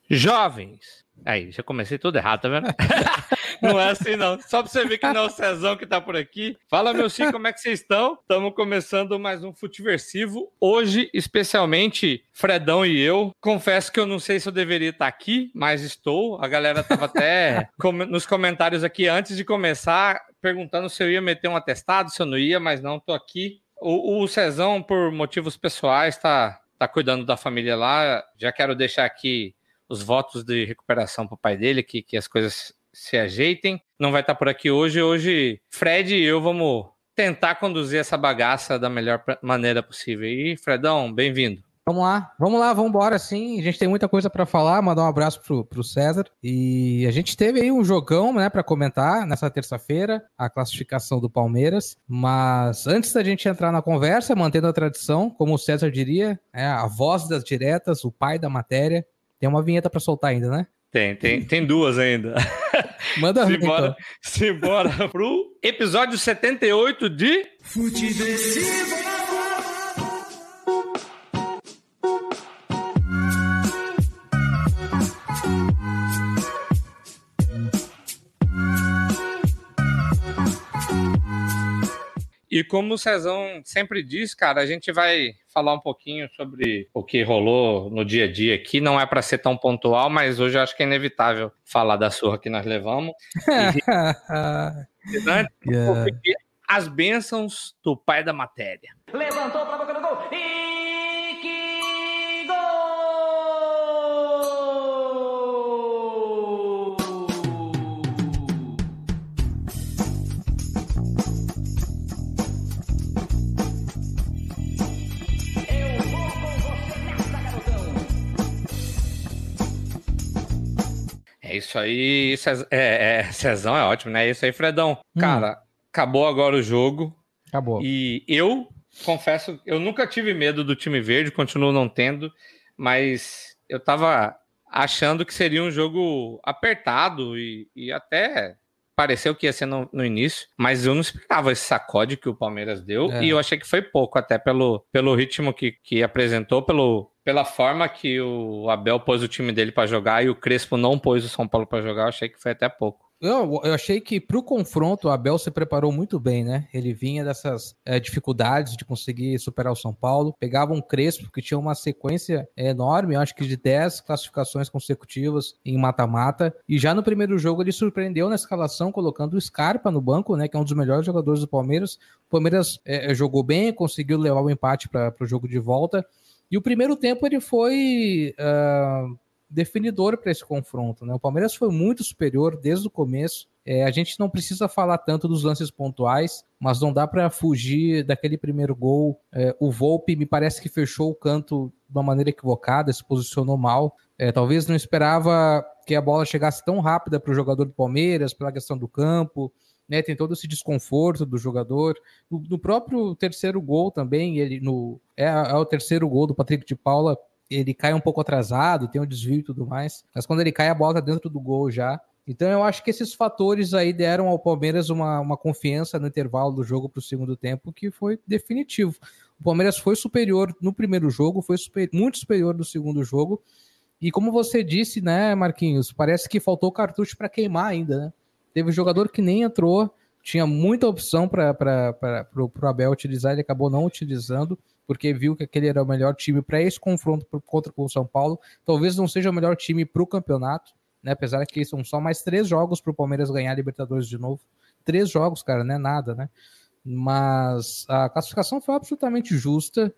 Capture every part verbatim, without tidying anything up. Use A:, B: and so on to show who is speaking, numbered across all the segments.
A: Jovens. Aí, já comecei tudo errado, tá vendo? Não é assim, não. Só pra você ver que não é o Cezão que tá por aqui. Fala, meu Chico, como é que vocês estão? Estamos começando mais um Futiversivo. Hoje, especialmente, Fredão e eu. Confesso que eu não sei se eu deveria estar aqui, mas estou. A galera tava até com- nos comentários aqui antes de começar, perguntando se eu ia meter um atestado, se eu não ia, mas não, tô aqui. O, o Cezão, por motivos pessoais, tá, tá cuidando da família lá. Já quero deixar aqui os votos de recuperação pro pai dele, que, que as coisas se ajeitem. Não vai estar por aqui hoje. Hoje, Fred e eu vamos tentar conduzir essa bagaça da melhor maneira possível. E, Fredão, bem-vindo.
B: Vamos lá, vamos lá, vamos embora, sim. A gente tem muita coisa para falar, mandar um abraço pro, pro César. E a gente teve aí um jogão, né, para comentar nessa terça-feira, a classificação do Palmeiras. Mas antes da gente entrar na conversa, mantendo a tradição, como o César diria, é a voz das diretas, o pai da matéria. Tem uma vinheta para soltar ainda, né?
A: Tem, tem, tem duas ainda.
B: Manda ver,
A: simbora,
B: então.
A: simbora pro episódio setenta e oito de
C: Futiversivo.
A: E como o Cezão sempre diz, cara, a gente vai falar um pouquinho sobre o que rolou no dia a dia aqui. Não é para ser tão pontual, mas hoje eu acho que é inevitável falar da surra que nós levamos. E, antes,
B: Yeah.
A: as bênçãos do pai da matéria.
C: Levantou pra boca do gol. E que gol! Eu vou com você nessa, garotão.
A: É isso aí, Cez... é, é, Cezão é ótimo, né? É isso aí, Fredão.
B: Hum.
A: Cara, acabou agora o jogo.
B: Acabou.
A: E eu confesso, eu nunca tive medo do time verde, continuo não tendo, mas eu tava achando que seria um jogo apertado e, e até pareceu que ia ser no, no início, mas eu não esperava esse sacode que o Palmeiras deu
B: É.
A: e eu achei que foi pouco, até pelo, pelo ritmo que, que apresentou, pelo, pela forma que o Abel pôs o time dele para jogar e o Crespo não pôs o São Paulo para jogar, eu achei que foi até pouco.
B: Eu, eu achei que pro confronto o Abel se preparou muito bem, né? Ele vinha dessas é, dificuldades de conseguir superar o São Paulo, pegava um Crespo que tinha uma sequência enorme, eu acho que de dez classificações consecutivas em mata-mata, e já no primeiro jogo ele surpreendeu na escalação colocando o Scarpa no banco, né? Que é um dos melhores jogadores do Palmeiras. O Palmeiras é, jogou bem, conseguiu levar o empate para o jogo de volta, e o primeiro tempo ele foi Uh, definidor para esse confronto, né? O Palmeiras foi muito superior desde o começo. É, a gente não precisa falar tanto dos lances pontuais, mas não dá para fugir daquele primeiro gol. É, o Volpi me parece que fechou o canto de uma maneira equivocada, se posicionou mal. É, talvez não esperava que a bola chegasse tão rápida para o jogador do Palmeiras, pela questão do campo, né? Tem todo esse desconforto do jogador. No, no próprio terceiro gol também, ele no, é, é o terceiro gol do Patrick de Paula. Ele cai um pouco atrasado, tem um desvio e tudo mais, mas quando ele cai, a bola tá dentro do gol já. Então eu acho que esses fatores aí deram ao Palmeiras uma, uma confiança no intervalo do jogo para o segundo tempo que foi definitivo. O Palmeiras foi superior no primeiro jogo, foi super, muito superior no segundo jogo, e como você disse, né, Marquinhos, parece que faltou cartucho para queimar ainda, né? Teve jogador que nem entrou, tinha muita opção para o Abel utilizar, ele acabou não utilizando, porque viu que aquele era o melhor time para esse confronto contra o São Paulo. Talvez não seja o melhor time para o campeonato, né? Apesar que são só mais três jogos para o Palmeiras ganhar a Libertadores de novo. Três jogos, cara, não é nada, né? Mas a classificação foi absolutamente justa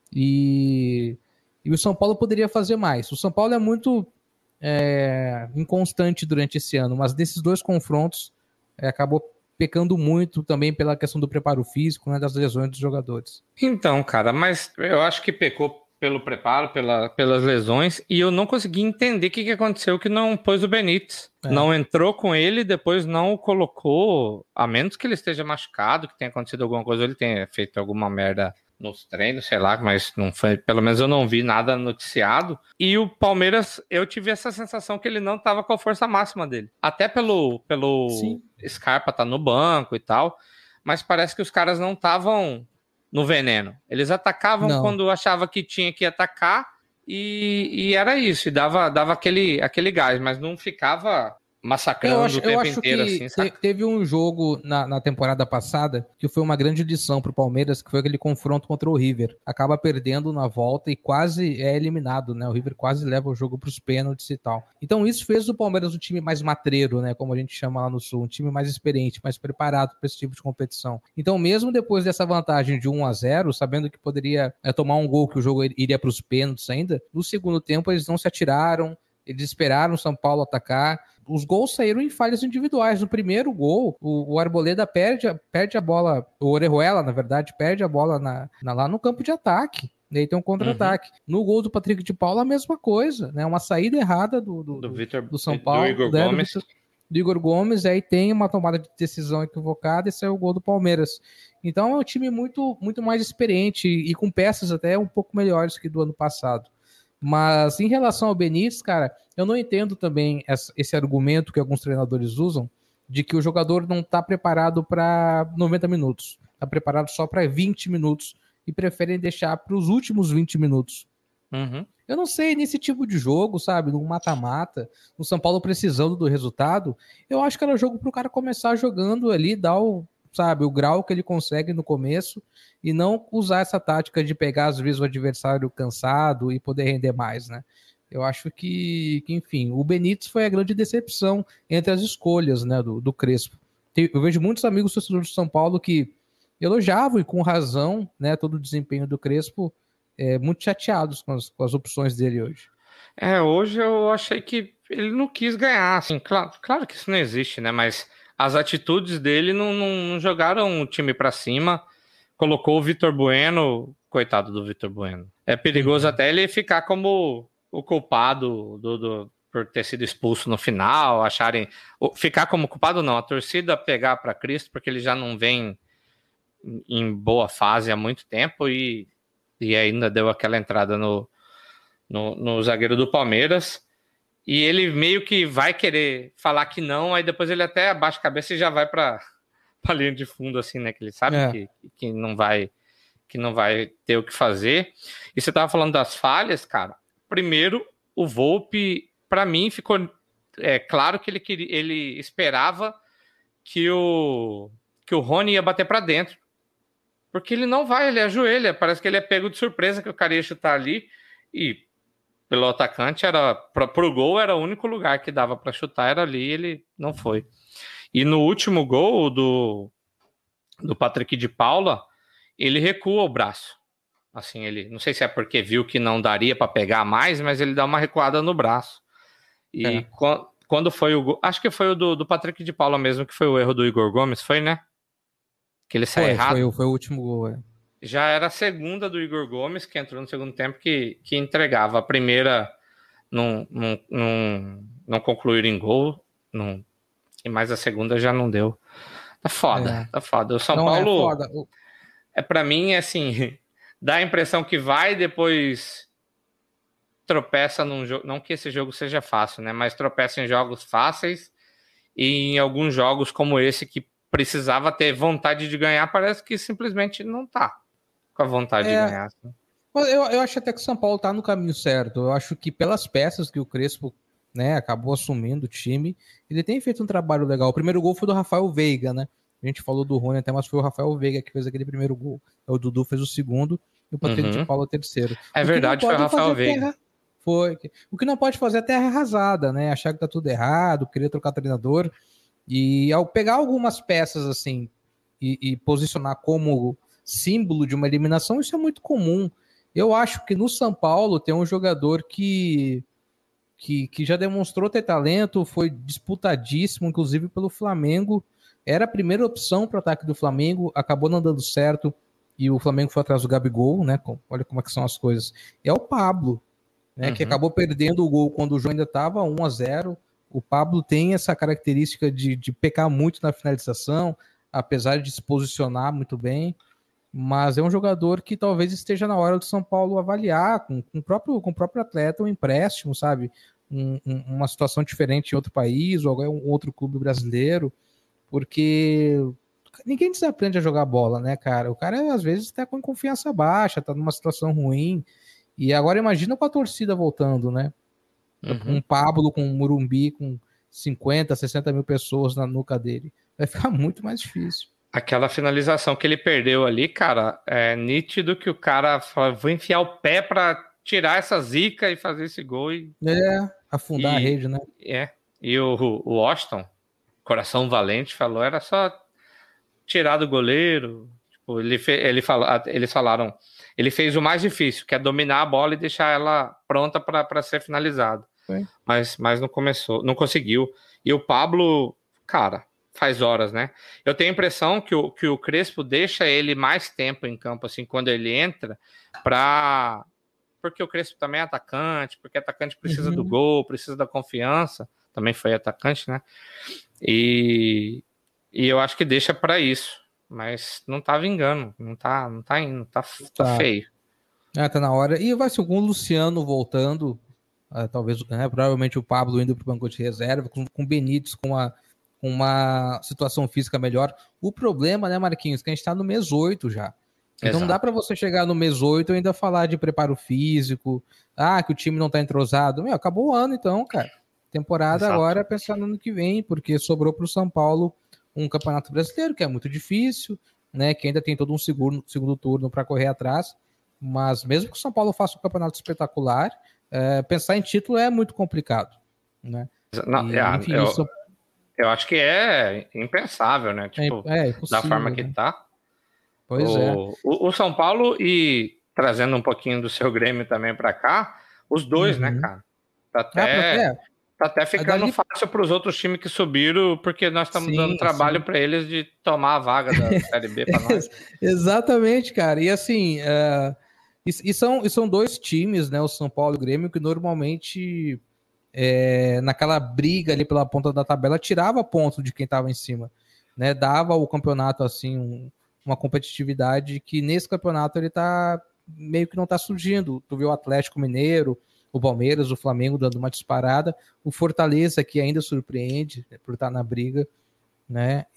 B: e, e o São Paulo poderia fazer mais. O São Paulo é muito é, inconstante durante esse ano, mas desses dois confrontos é, acabou pecando muito também pela questão do preparo físico, né, das lesões dos jogadores.
A: Então, cara, mas eu acho que pecou pelo preparo, pela, pelas lesões, e eu não consegui entender o que, que aconteceu que não pôs o Benítez. É. Não entrou com ele, depois não o colocou, a menos que ele esteja machucado, que tenha acontecido alguma coisa, ele tenha feito alguma merda nos treinos, sei lá, mas não foi, pelo menos eu não vi nada noticiado. E o Palmeiras, eu tive essa sensação que ele não estava com a força máxima dele. Até pelo, pelo Scarpa tá no banco e tal, mas parece que os caras não estavam no veneno. Eles atacavam não. quando achava que tinha que atacar e, e era isso, e dava, dava aquele, aquele gás, mas não ficava massacrando
B: Eu acho,
A: o tempo
B: eu acho
A: inteiro,
B: que
A: assim,
B: te-
A: saca?
B: teve um jogo na, na temporada passada que foi uma grande lição pro Palmeiras, que foi aquele confronto contra o River. Acaba perdendo na volta e quase é eliminado, né? O River quase leva o jogo pros pênaltis e tal. Então isso fez do Palmeiras um time mais matreiro, né? Como a gente chama lá no Sul, um time mais experiente, mais preparado para esse tipo de competição. Então mesmo depois dessa vantagem de um a zero, sabendo que poderia é, tomar um gol que o jogo iria pros pênaltis ainda, no segundo tempo eles não se atiraram, eles esperaram o São Paulo atacar. Os gols saíram em falhas individuais. No primeiro gol, o, o Arboleda perde, a- perde a bola, o Orejuela, na verdade, perde a bola na, na- lá no campo de ataque. E aí tem um contra-ataque. No gol do Patrick de Paula, a mesma coisa, né? Uma saída errada do, do,
A: Do
B: do,
A: Vitor,
B: do São
A: do
B: Paulo,
A: Igor
B: né? Do,
A: Gomes.
B: Vitor- do Igor Gomes, aí tem uma tomada de decisão equivocada e sai o gol do Palmeiras. Então é um time muito, muito mais experiente e com peças até um pouco melhores que do ano passado. Mas em relação ao Benítez, cara, eu não entendo também essa- esse argumento que alguns treinadores usam de que o jogador não está preparado para noventa minutos, está preparado só para vinte minutos e preferem deixar para os últimos vinte minutos.
A: Uhum.
B: Eu não sei, nesse tipo de jogo, sabe, num mata-mata, no São Paulo precisando do resultado, eu acho que era jogo para o cara começar jogando ali, dar o, sabe, o grau que ele consegue no começo e não usar essa tática de pegar, às vezes, o adversário cansado e poder render mais, né? Eu acho que, que enfim, o Benítez foi a grande decepção entre as escolhas, né, do, do Crespo. Tem- Eu vejo muitos amigos torcedores de São Paulo que elogiavam e com razão, né, todo o desempenho do Crespo, é, muito chateados com as, com as opções dele hoje.
A: É, hoje eu achei que ele não quis ganhar, assim, claro, claro que isso não existe, né? Mas as atitudes dele não, não, não jogaram o time pra cima. Colocou o Vitor Bueno, coitado do Vitor Bueno. É perigoso
B: Uhum.
A: até ele ficar como o culpado do, do- por ter sido expulso no final, acharem. o- Ficar como culpado, não, a torcida pegar para Cristo, porque ele já não vem em boa fase há muito tempo e, e ainda deu aquela entrada no, no, no zagueiro do Palmeiras. E ele meio que vai querer falar que não, aí depois ele até abaixa a cabeça e já vai para a linha de fundo, assim, né? Que ele sabe
B: É.
A: que, que não vai que não vai ter o que fazer. E você tava falando das falhas, cara. Primeiro, o Volpe, para mim, ficou é, claro que ele queria, ele esperava que o que o Rony ia bater para dentro. Porque ele não vai, ele ajoelha, parece que ele é pego de surpresa que o cara ia chutar ali e pelo atacante era pro, pro gol era o único lugar que dava para chutar era ali, ele não foi. E no último gol do do Patrick de Paula, ele recua o braço. Assim, ele, não sei se é porque viu que não daria para pegar mais, mas ele dá uma recuada no braço. E
B: É.
A: qu- quando foi o gol, acho que foi o do, do Patrick de Paula mesmo, que foi o erro do Igor Gomes, foi, né? Que ele sai
B: Foi,
A: errado.
B: foi, o- foi o último gol. É.
A: Já era a segunda do Igor Gomes, que entrou no segundo tempo, que, que entregava. A primeira não, não, não, não concluir em gol, não, e mais a segunda já não deu. Tá foda,
B: É.
A: tá foda. O São
B: Não é
A: Paulo,
B: foda. O-
A: é para mim, é assim, dá a impressão que vai, depois tropeça num jogo, não que esse jogo seja fácil, né? Mas tropeça em jogos fáceis e em alguns jogos como esse que precisava ter vontade de ganhar, parece que simplesmente não tá com a vontade de
B: É,
A: ganhar. Assim.
B: mas eu, eu acho até que o São Paulo tá no caminho certo. Eu acho que pelas peças que o Crespo, né, acabou assumindo o time, ele tem feito um trabalho legal. O primeiro gol foi do Rafael Veiga, né? A gente falou do Rony até, mas foi o Rafael Veiga que fez aquele primeiro gol. O Dudu fez o segundo e o Patrick de
A: Uhum.
B: Paula o terceiro.
A: É
B: O que não
A: verdade, foi o
B: pode
A: Rafael
B: fazer
A: Veiga.
B: terra... Foi. O que não pode fazer é terra arrasada, né? Achar que tá tudo errado, querer trocar treinador. E ao pegar algumas peças assim e, e posicionar como símbolo de uma eliminação, isso é muito comum. Eu acho que no São Paulo tem um jogador que, que, que já demonstrou ter talento, foi disputadíssimo, inclusive pelo Flamengo. Era a primeira opção para o ataque do Flamengo, acabou não dando certo e o Flamengo foi atrás do Gabigol, né? Olha como é que são as coisas. É o Pablo, né? Uhum. Que acabou perdendo o gol quando o João ainda estava um a zero. O Pablo tem essa característica de, de pecar muito na finalização, apesar de se posicionar muito bem. Mas é um jogador que talvez esteja na hora do São Paulo avaliar com, com, o, próprio, com o próprio atleta um empréstimo, sabe? Um, um, uma situação diferente em outro país ou em um outro clube brasileiro, porque ninguém desaprende a jogar bola, né, cara? O cara às vezes está com confiança baixa, está numa situação ruim E agora imagina com a torcida voltando, né?
A: Uhum.
B: Um Pablo com um Morumbi com cinquenta, sessenta mil pessoas na nuca dele. Vai ficar muito mais difícil.
A: Aquela finalização que ele perdeu ali, cara, é nítido que o cara fala, vou enfiar o pé pra tirar essa zica e fazer esse gol. E,
B: É, afundar a
A: e,
B: rede, né?
A: é, e o, o Washington, coração valente, falou, era só tirar do goleiro. Tipo, ele fe, ele falou, eles falaram, ele fez o mais difícil, que é dominar a bola e deixar ela pronta para ser finalizada. Mas, mas não começou, não conseguiu. E o Pablo, cara, faz horas, né? Eu tenho a impressão que o, que o Crespo deixa ele mais tempo em campo, assim, quando ele entra, pra... porque o Crespo também é atacante, porque atacante precisa
B: Uhum.
A: do gol, precisa da confiança, também foi atacante, né? E, e eu acho que deixa para isso, mas não tá vingando, não tá, não tá indo, tá, tá. tá feio.
B: É, tá na hora. E vai ser algum Luciano voltando, uh, talvez, né, provavelmente o Pablo indo para o banco de reserva, com o Benítez com uma, com uma situação física melhor. O problema, né, Marquinhos, que a gente está no mês oito já. Então Exato. Não dá para você chegar no mês oito e ainda falar de preparo físico, ah, que o time não tá entrosado. Meu, acabou o ano então, cara. Temporada Exato. Agora é pensar no ano que vem, porque sobrou para o São Paulo um campeonato brasileiro, que é muito difícil, né, que ainda tem todo um segundo, segundo turno para correr atrás. Mas mesmo que o São Paulo faça um campeonato espetacular, é, pensar em título é muito complicado, né?
A: Não, e, é, enfim, eu, isso... eu acho que é impensável, né? Tipo, é, é da forma que né? tá.
B: Pois
A: o,
B: é.
A: O, o São Paulo, e trazendo um pouquinho do seu Grêmio também para cá, os dois, uhum. né, cara? Tá até, ah, tá até ficando dali... fácil para os outros times que subiram, porque nós estamos dando trabalho para eles de tomar a vaga da Série B para nós.
B: Exatamente, cara. E assim, uh, e, e, são, e são dois times, né, o São Paulo e o Grêmio, que normalmente é, naquela briga ali pela ponta da tabela tirava ponto de quem estava em cima, né? Dava o campeonato assim um, uma competitividade que nesse campeonato ele tá meio que não tá surgindo. Tu viu o Atlético Mineiro, o Palmeiras, o Flamengo dando uma disparada, o Fortaleza que ainda surpreende, né, por estar na briga, né?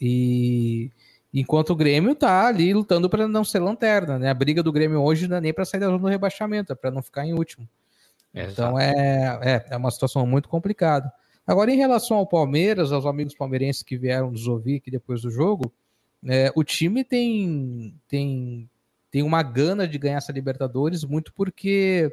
B: E enquanto o Grêmio tá ali lutando para não ser lanterna, né? A briga do Grêmio hoje não é nem para sair da zona do rebaixamento, é para não ficar em último. Exato. Então é, é, é uma situação muito complicada. Agora, em relação ao Palmeiras, aos amigos palmeirenses que vieram nos ouvir aqui depois do jogo, é, o time tem, tem, tem uma gana de ganhar essa Libertadores, muito porque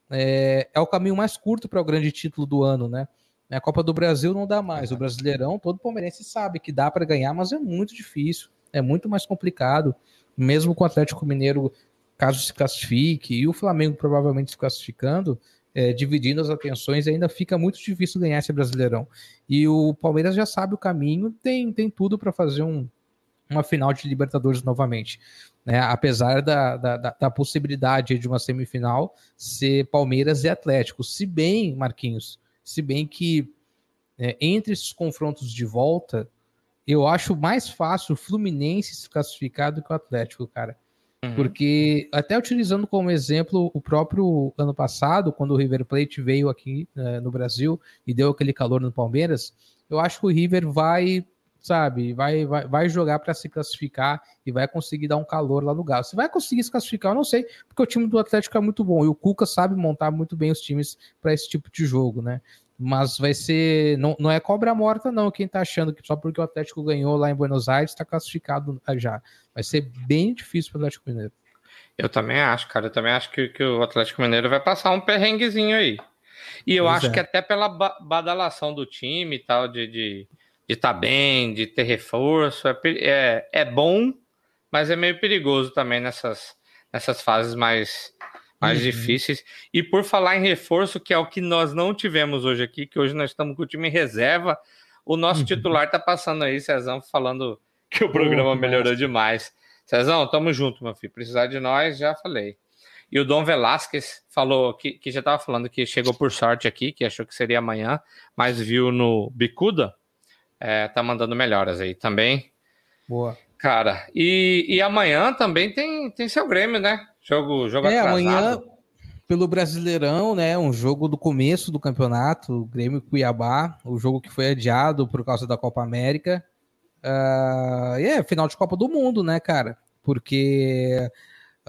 B: é, é o caminho mais curto para o grande título do ano, né? A Copa do Brasil não dá mais. O Brasileirão, todo palmeirense sabe que dá para ganhar, mas é muito difícil, é muito mais complicado. Mesmo com o Atlético Mineiro, caso se classifique, e o Flamengo provavelmente se classificando, é, dividindo as atenções, ainda fica muito difícil ganhar esse Brasileirão. E o Palmeiras já sabe o caminho, tem, tem tudo para fazer um, uma final de Libertadores novamente. Né? Apesar da, da, da possibilidade de uma semifinal ser Palmeiras e Atlético. Se bem, Marquinhos, se bem que é, entre esses confrontos de volta, eu acho mais fácil o Fluminense se classificar do que o Atlético, cara. Uhum. Porque, até utilizando como exemplo o próprio ano passado, quando o River Plate veio aqui é, no Brasil e deu aquele calor no Palmeiras, eu acho que o River vai, sabe, vai, vai, vai jogar para se classificar e vai conseguir dar um calor lá no Galo. Se vai conseguir se classificar, eu não sei, porque o time do Atlético é muito bom e o Cuca sabe montar muito bem os times para esse tipo de jogo, né? Mas vai ser, não, não é cobra morta não, quem tá achando que só porque o Atlético ganhou lá em Buenos Aires tá classificado já. Vai ser bem difícil para o Atlético Mineiro.
A: Eu também acho, cara, eu também acho que, que o Atlético Mineiro vai passar um perrenguezinho aí. E eu pois acho é. que até pela ba- badalação do time e tal, de de de tá bem, de ter reforço, é, é, é bom, mas é meio perigoso também nessas, nessas fases mais... mais uhum. difíceis. E por falar em reforço, que é o que nós não tivemos hoje aqui, que hoje nós estamos com o time em reserva, o nosso uhum. titular tá passando aí, Cezão, falando que o programa oh, melhorou demais. Cezão, tamo junto, meu filho. Precisar de nós, já falei. E o Dom Velasquez falou, que, que já tava falando que chegou por sorte aqui, que achou que seria amanhã, mas viu no Bicuda, é, tá mandando melhoras aí também.
B: Boa.
A: Cara, e, e amanhã também tem, tem seu Grêmio, né? Jogo, jogo
B: é,
A: atrasado.
B: Amanhã, pelo Brasileirão, né? Um jogo do começo do campeonato, Grêmio Cuiabá, o jogo que foi adiado por causa da Copa América. Uh, e é final de Copa do Mundo, né, cara? Porque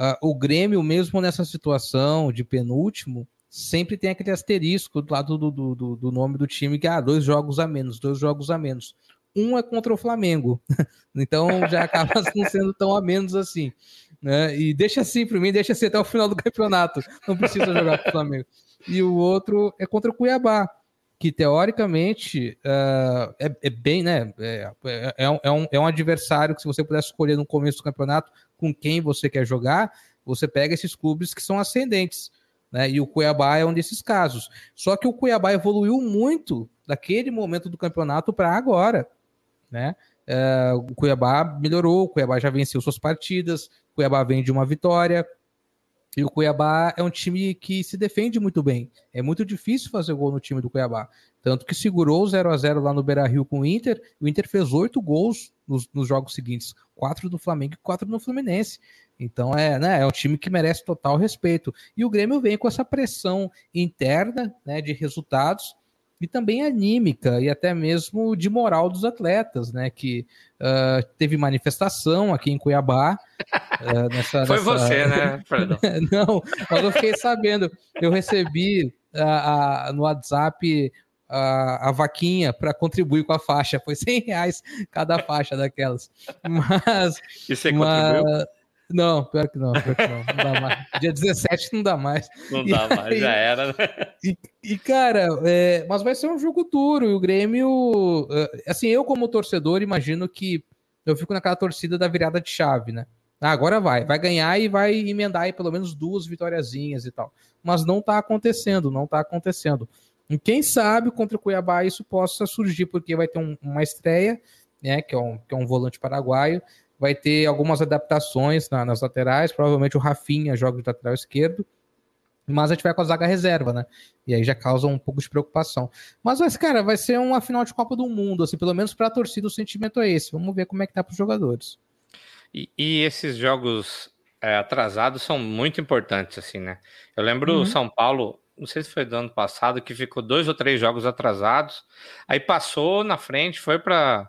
B: uh, o Grêmio, mesmo nessa situação de penúltimo, sempre tem aquele asterisco do lado do, do, do, do nome do time, que, ah, dois jogos a menos, dois jogos a menos. Um é contra o Flamengo, então já acaba não sendo tão a menos assim, né? E deixa assim para mim, deixa assim até o final do campeonato, não precisa jogar com o Flamengo. E o outro é contra o Cuiabá, que teoricamente uh, é, é bem, né? É, é, é, um, é um adversário que, se você pudesse escolher no começo do campeonato com quem você quer jogar, você pega esses clubes que são ascendentes, né? E o Cuiabá é um desses casos. Só que o Cuiabá evoluiu muito daquele momento do campeonato para agora, né? Uh, o Cuiabá melhorou, o Cuiabá já venceu suas partidas, o Cuiabá vem de uma vitória. E o Cuiabá é um time que se defende muito bem. É muito difícil fazer gol no time do Cuiabá. Tanto que segurou o zero a zero lá no Beira-Rio com o Inter. O Inter fez oito gols nos, nos jogos seguintes. Quatro no Flamengo e quatro no Fluminense. Então é, né, é um time que merece total respeito. E o Grêmio vem com essa pressão interna, né, de resultados e também anímica e até mesmo de moral dos atletas, né? Que uh, teve manifestação aqui em Cuiabá. Uh, nessa,
A: Foi
B: nessa...
A: você, né, Fredão?
B: Não, mas eu fiquei sabendo. Eu recebi uh, uh, no WhatsApp uh, a vaquinha para contribuir com a faixa. Foi cem reais cada faixa daquelas. Mas,
A: e você
B: mas...
A: contribuiu?
B: Não, pior que não, pior que não, não dá mais. Dia dezessete não dá mais.
A: Não
B: E
A: dá mais,
B: aí,
A: já era, né?
B: E, e cara, é, mas vai ser um jogo duro. E o Grêmio, assim, eu como torcedor, imagino que eu fico naquela torcida da virada de chave, né? Ah, agora vai, vai ganhar e vai emendar aí pelo menos duas vitóriazinhas e tal. Mas não tá acontecendo, não tá acontecendo. E quem sabe contra o Cuiabá isso possa surgir, porque vai ter um, uma estreia, né? Que é um, que é um volante paraguaio. Vai ter algumas adaptações na, nas laterais, provavelmente o Rafinha joga de lateral esquerdo, mas a gente vai com a zaga reserva, né? E aí já causa um pouco de preocupação. Mas, mas cara, vai ser uma final de Copa do Mundo, assim, pelo menos para a torcida o sentimento é esse. Vamos ver como é que tá para os jogadores.
A: E, e esses jogos é, atrasados são muito importantes, assim, né? Eu lembro o
B: Uhum.
A: São Paulo, não sei se foi do ano passado, que ficou dois ou três jogos atrasados, aí passou na frente, foi para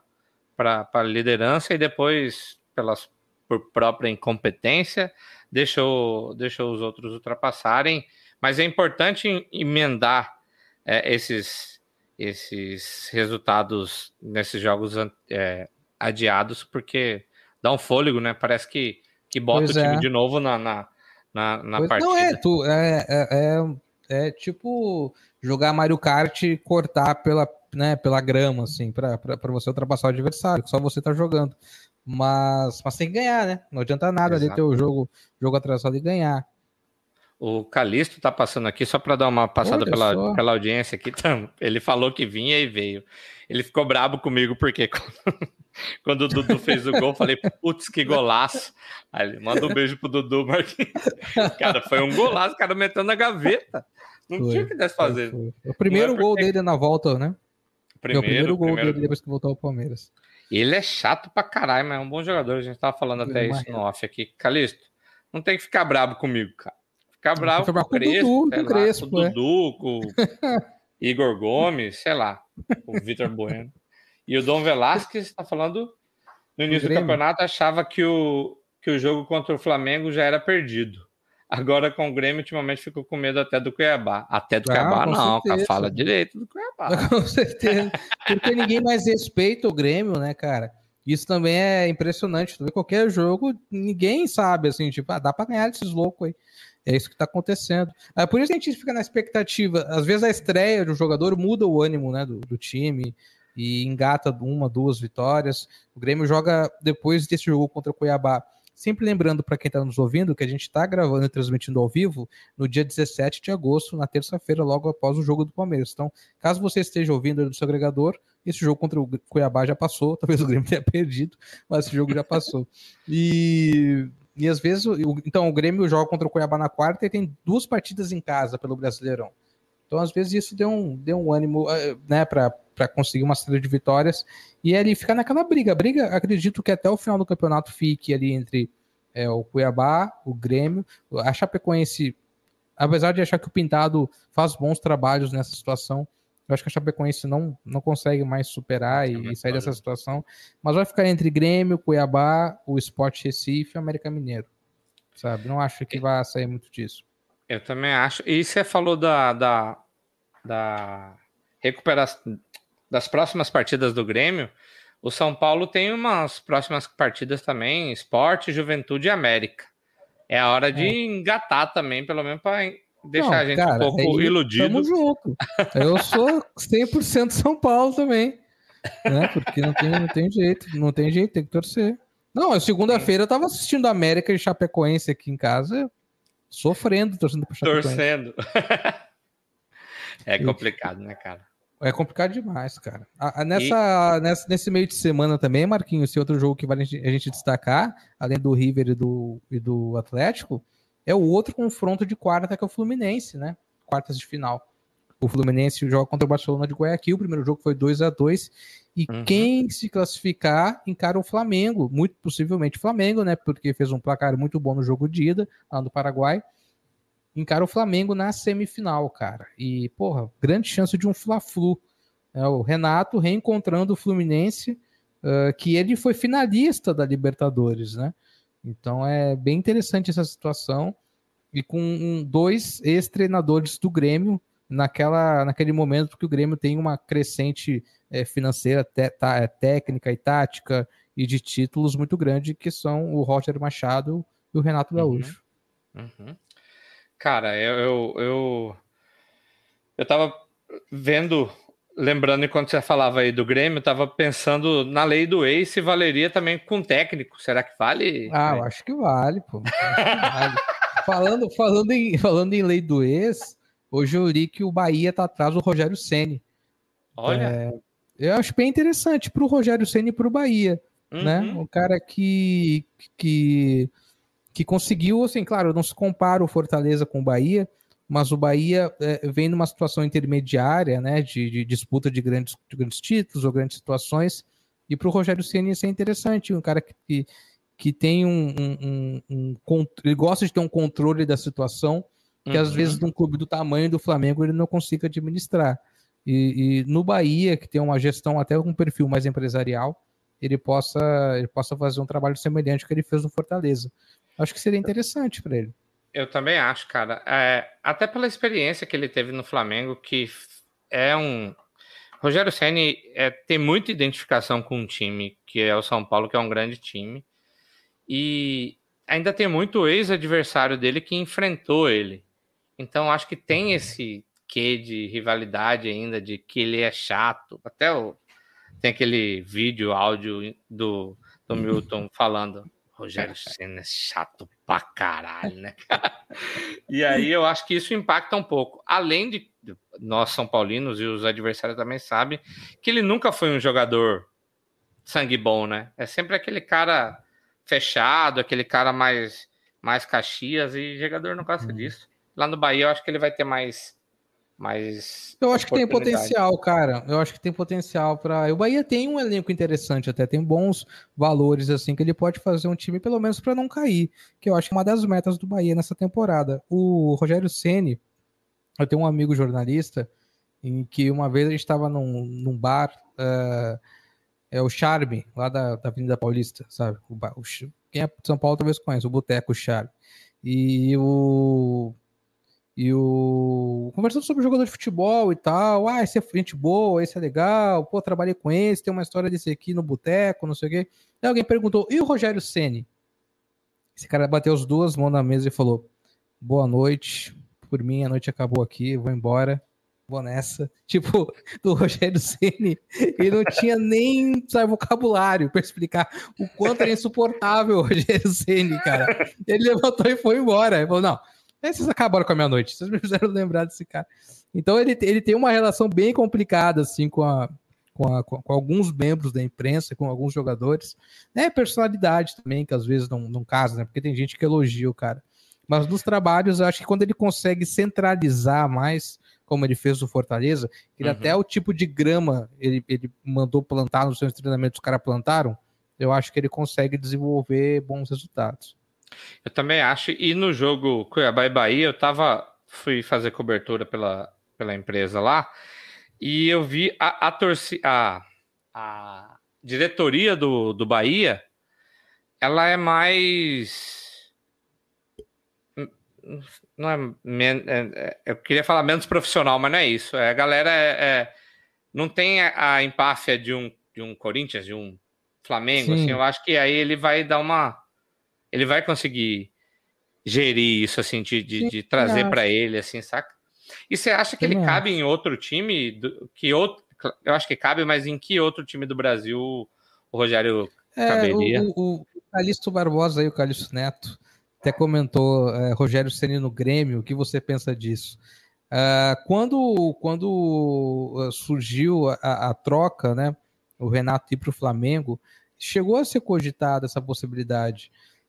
A: a liderança e depois, pelas, por própria incompetência, deixou, deixou os outros ultrapassarem. Mas é importante emendar é, esses, esses resultados nesses jogos é, adiados, porque dá um fôlego, né? Parece que, que bota
B: Pois
A: o time
B: é.
A: de novo na, na, na, na
B: Pois,
A: partida.
B: não, é, tu, é, é, é, é tipo jogar Mario Kart e cortar pela, né, pela grama, assim, pra, pra, pra você ultrapassar o adversário, que só você tá jogando. Mas, mas tem que ganhar, né? Não adianta nada ali ter o jogo, jogo atrasado e ganhar.
A: O Calixto tá passando aqui só para dar uma passada pela, pela audiência aqui. Ele falou que vinha e veio. Ele ficou brabo comigo porque quando, quando o Dudu fez o gol, eu falei, putz, que golaço. Aí ele manda um beijo pro Dudu, Marquinhos. Cara, foi um golaço, o cara metendo na gaveta. Não foi, tinha o que desse fazer.
B: Foi, foi. O primeiro é gol porque... dele na volta, né?
A: Primeiro,
B: o primeiro gol
A: primeiro...
B: dele depois que voltou ao Palmeiras.
A: Ele é chato pra caralho, mas é um bom jogador. A gente tava falando até isso no off aqui. Calixto, não tem que ficar brabo comigo, cara. Ficar bravo com o Crespo, com o Crespo, com o Dudu, com o Igor Gomes, sei lá, o Vitor Bueno. E o Dom Velasquez está falando, no início do campeonato, achava que o, que o jogo contra o Flamengo já era perdido. Agora com o Grêmio, ultimamente, ficou com medo até do Cuiabá. Até do ah, Cuiabá, não, cara, fala direito do Cuiabá.
B: Com certeza. Porque ninguém mais respeita o Grêmio, né, cara? Isso também é impressionante. Tu vê qualquer jogo, ninguém sabe, assim, tipo, ah, dá pra ganhar desses loucos aí. É isso que tá acontecendo. É por isso que a gente fica na expectativa. Às vezes a estreia do jogador muda o ânimo, né, do, do time e engata uma, duas vitórias. O Grêmio joga depois desse jogo contra o Cuiabá. Sempre lembrando para quem está nos ouvindo que a gente está gravando e transmitindo ao vivo no dia dezessete de agosto, na terça-feira, logo após o jogo do Palmeiras. Então, caso você esteja ouvindo do seu agregador, esse jogo contra o Cuiabá já passou, talvez o Grêmio tenha perdido, mas esse jogo já passou. E, e às vezes, então o Grêmio joga contra o Cuiabá na quarta e tem duas partidas em casa pelo Brasileirão. Então, às vezes, isso deu um, deu um ânimo, né, para para conseguir uma série de vitórias, e ele fica naquela briga, briga, acredito que até o final do campeonato fique ali entre é, o Cuiabá, o Grêmio, a Chapecoense, apesar de achar que o Pintado faz bons trabalhos nessa situação, eu acho que a Chapecoense não, não consegue mais superar e, e sair dessa situação, mas vai ficar entre Grêmio, Cuiabá, o Sport Recife e o América Mineiro. sabe? Não acho que vai sair muito disso.
A: Eu também acho. E você falou da, da, da recuperação das próximas partidas do Grêmio. O São Paulo tem umas próximas partidas também, Sport, Juventude e América. É a hora de
B: É.
A: engatar também, pelo menos para deixar
B: Não,
A: a gente
B: cara,
A: um pouco
B: aí
A: iludido.
B: tamo junto. Eu sou cem por cento São Paulo também, né? Porque não tem, não tem jeito, não tem jeito, tem que torcer. Não, segunda-feira eu tava assistindo a América e Chapecoense aqui em casa, sofrendo, torcendo pro Chapecoense.
A: Torcendo. É complicado, né, cara?
B: É complicado demais, cara. A, a, nessa, e... nessa, nesse meio de semana também, Marquinhos, esse outro jogo que vale a gente, a gente destacar, além do River e do, e do Atlético, é o outro confronto de quarta, que é o Fluminense, né? Quartas de final. O Fluminense joga contra o Barcelona de Guayaquil, o primeiro jogo foi dois a dois, e uhum. quem se classificar encara o Flamengo, muito possivelmente o Flamengo, né? Porque fez um placar muito bom no jogo de ida, lá no Paraguai. Encara o Flamengo na semifinal, cara. E, porra, grande chance de um Fla-Flu. É, o Renato reencontrando o Fluminense, uh, que ele foi finalista da Libertadores, né? Então é bem interessante essa situação. E com um, dois ex-treinadores do Grêmio, naquela, naquele momento que o Grêmio tem uma crescente é, financeira, te, tá, técnica e tática e de títulos muito grande, que são o Roger Machado e o Renato Gaúcho.
A: Uhum. Uhum. Cara, eu, eu, eu, eu tava vendo, lembrando enquanto você falava aí do Grêmio, eu tava pensando na lei do ex, se valeria também com técnico. Será que vale?
B: Ah, eu acho que vale, pô. Acho que vale. falando, falando, em, falando em lei do ex, hoje eu li que o Bahia tá atrás do Rogério Ceni.
A: Olha.
B: É, eu acho bem interessante pro Rogério Ceni e pro Bahia, uhum. né? Um cara que... que que conseguiu, assim, claro, não se compara o Fortaleza com o Bahia, mas o Bahia é, vem numa situação intermediária, né, de, de disputa de grandes, de grandes títulos ou grandes situações, e para o Rogério Ceni isso é interessante, um cara que, que, que tem um, um, um, um, ele gosta de ter um controle da situação, que uhum. às vezes num clube do tamanho do Flamengo ele não consiga administrar, e, e no Bahia, que tem uma gestão até com um perfil mais empresarial, ele possa, ele possa fazer um trabalho semelhante ao que ele fez no Fortaleza. Acho que seria interessante para ele.
A: Eu também acho, cara. É, até pela experiência que ele teve no Flamengo, que é um... Rogério Ceni é, tem muita identificação com um time, que é o São Paulo, que é um grande time. E ainda tem muito ex-adversário dele que enfrentou ele. Então, acho que tem esse quê de rivalidade ainda, de que ele é chato. Até o... tem aquele vídeo, áudio do, do Milton falando... Rogério Ceni é chato pra caralho, né, cara? E aí eu acho que isso impacta um pouco. Além de nós, São Paulinos, e os adversários também sabem, que ele nunca foi um jogador sangue bom, né? É sempre aquele cara fechado, aquele cara mais, mais Caxias, e o jogador não gosta disso. Lá no Bahia eu acho que ele vai ter mais... Mas
B: eu acho que tem potencial, cara. Eu acho que tem potencial para. O Bahia tem um elenco interessante, até tem bons valores assim que ele pode fazer um time pelo menos para não cair, que eu acho que é uma das metas do Bahia nessa temporada. O Rogério Ceni, eu tenho um amigo jornalista em que uma vez a gente estava num, num bar, uh, é o Charme, lá da, da Avenida Paulista, sabe? O, bar, o, quem é de São Paulo talvez conheça, o Boteco Charme. E o E o... conversando sobre o jogador de futebol e tal. Ah, esse é gente boa, esse é legal. Pô, trabalhei com esse, tem uma história desse aqui no boteco, não sei o quê. Aí alguém perguntou, e o Rogério Ceni? Esse cara bateu as duas mãos na mesa e falou, boa noite, por mim a noite acabou aqui, vou embora, vou nessa. Tipo, do Rogério Ceni, ele não tinha nem, sabe, vocabulário para explicar o quanto era insuportável o Rogério Ceni, cara. Ele levantou e foi embora. Ele falou, não, vocês acabaram com a minha noite, vocês me fizeram lembrar desse cara. Então ele, ele tem uma relação bem complicada assim com, a, com, a, com alguns membros da imprensa, com alguns jogadores, né? Personalidade também, que às vezes não, não casa, né? Porque tem gente que elogia o cara. Mas nos trabalhos, eu acho que quando ele consegue centralizar mais, como ele fez no Fortaleza, ele uhum. até o tipo de grama ele, ele mandou plantar nos seus treinamentos, os caras plantaram, eu acho que ele consegue desenvolver bons resultados.
A: Eu também acho, e no jogo Cuiabá e Bahia, eu tava, fui fazer cobertura pela, pela empresa lá, e eu vi a, a torcida, a, a diretoria do, do Bahia, ela é mais, não é, men- é- é- eu queria falar menos profissional, mas não é isso. É, a galera é, é- não tem a, a empáfia de um, de um Corinthians, de um Flamengo, assim.
B: Sim,
A: Eu acho que aí ele vai dar uma, ele vai conseguir gerir isso, assim, de, de,
B: sim,
A: de
B: também
A: trazer para
B: acho.
A: ele, assim, saca? E você acha que ele
B: Também
A: cabe
B: acho.
A: em outro time? Do- que outro, eu acho que cabe, mas em que outro time do Brasil o Rogério
B: É, o,
A: caberia?
B: o, o Calixto Barbosa aí, o Calixto Neto, até comentou, é, Rogério Ceni no Grêmio, o que você pensa disso? Ah, quando quando ah, surgiu a, a- a troca, né, o Renato ir para o Flamengo, chegou a ser cogitada essa possibilidade,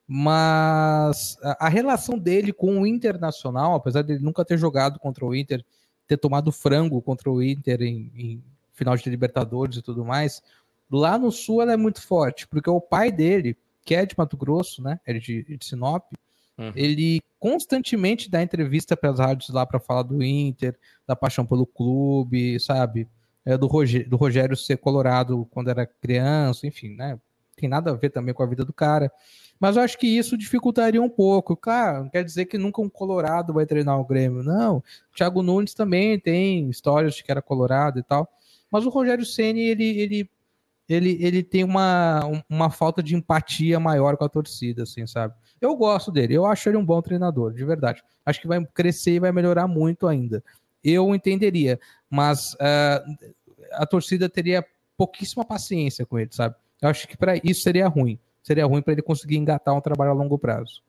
B: mas a, a relação dele com o Internacional, apesar dele nunca ter jogado contra o Inter, ter tomado frango contra o Inter em, em final de Libertadores e tudo mais, lá no Sul ela é muito forte, porque o pai dele, que é de Mato Grosso, né, é de, de Sinop,
A: Uhum.
B: ele constantemente dá entrevista para as rádios lá para falar do Inter, da paixão pelo clube, sabe? É, do, Rogério, do Rogério ser colorado quando era criança, enfim, né? Tem nada a ver também com a vida do cara. Mas eu acho que isso dificultaria um pouco. Claro, não quer dizer que nunca um colorado vai treinar o Grêmio. Não. O Thiago Nunes também tem histórias de que era colorado e tal. Mas o Rogério Ceni ele, ele, ele, ele tem uma, uma falta de empatia maior com a torcida, assim, sabe? Eu gosto dele, eu acho ele um bom treinador, de verdade. Acho que vai crescer e vai melhorar muito ainda. Eu entenderia, mas uh, a torcida teria pouquíssima paciência com ele, sabe? Eu acho que para isso seria ruim. Seria ruim para ele conseguir engatar um trabalho a longo prazo.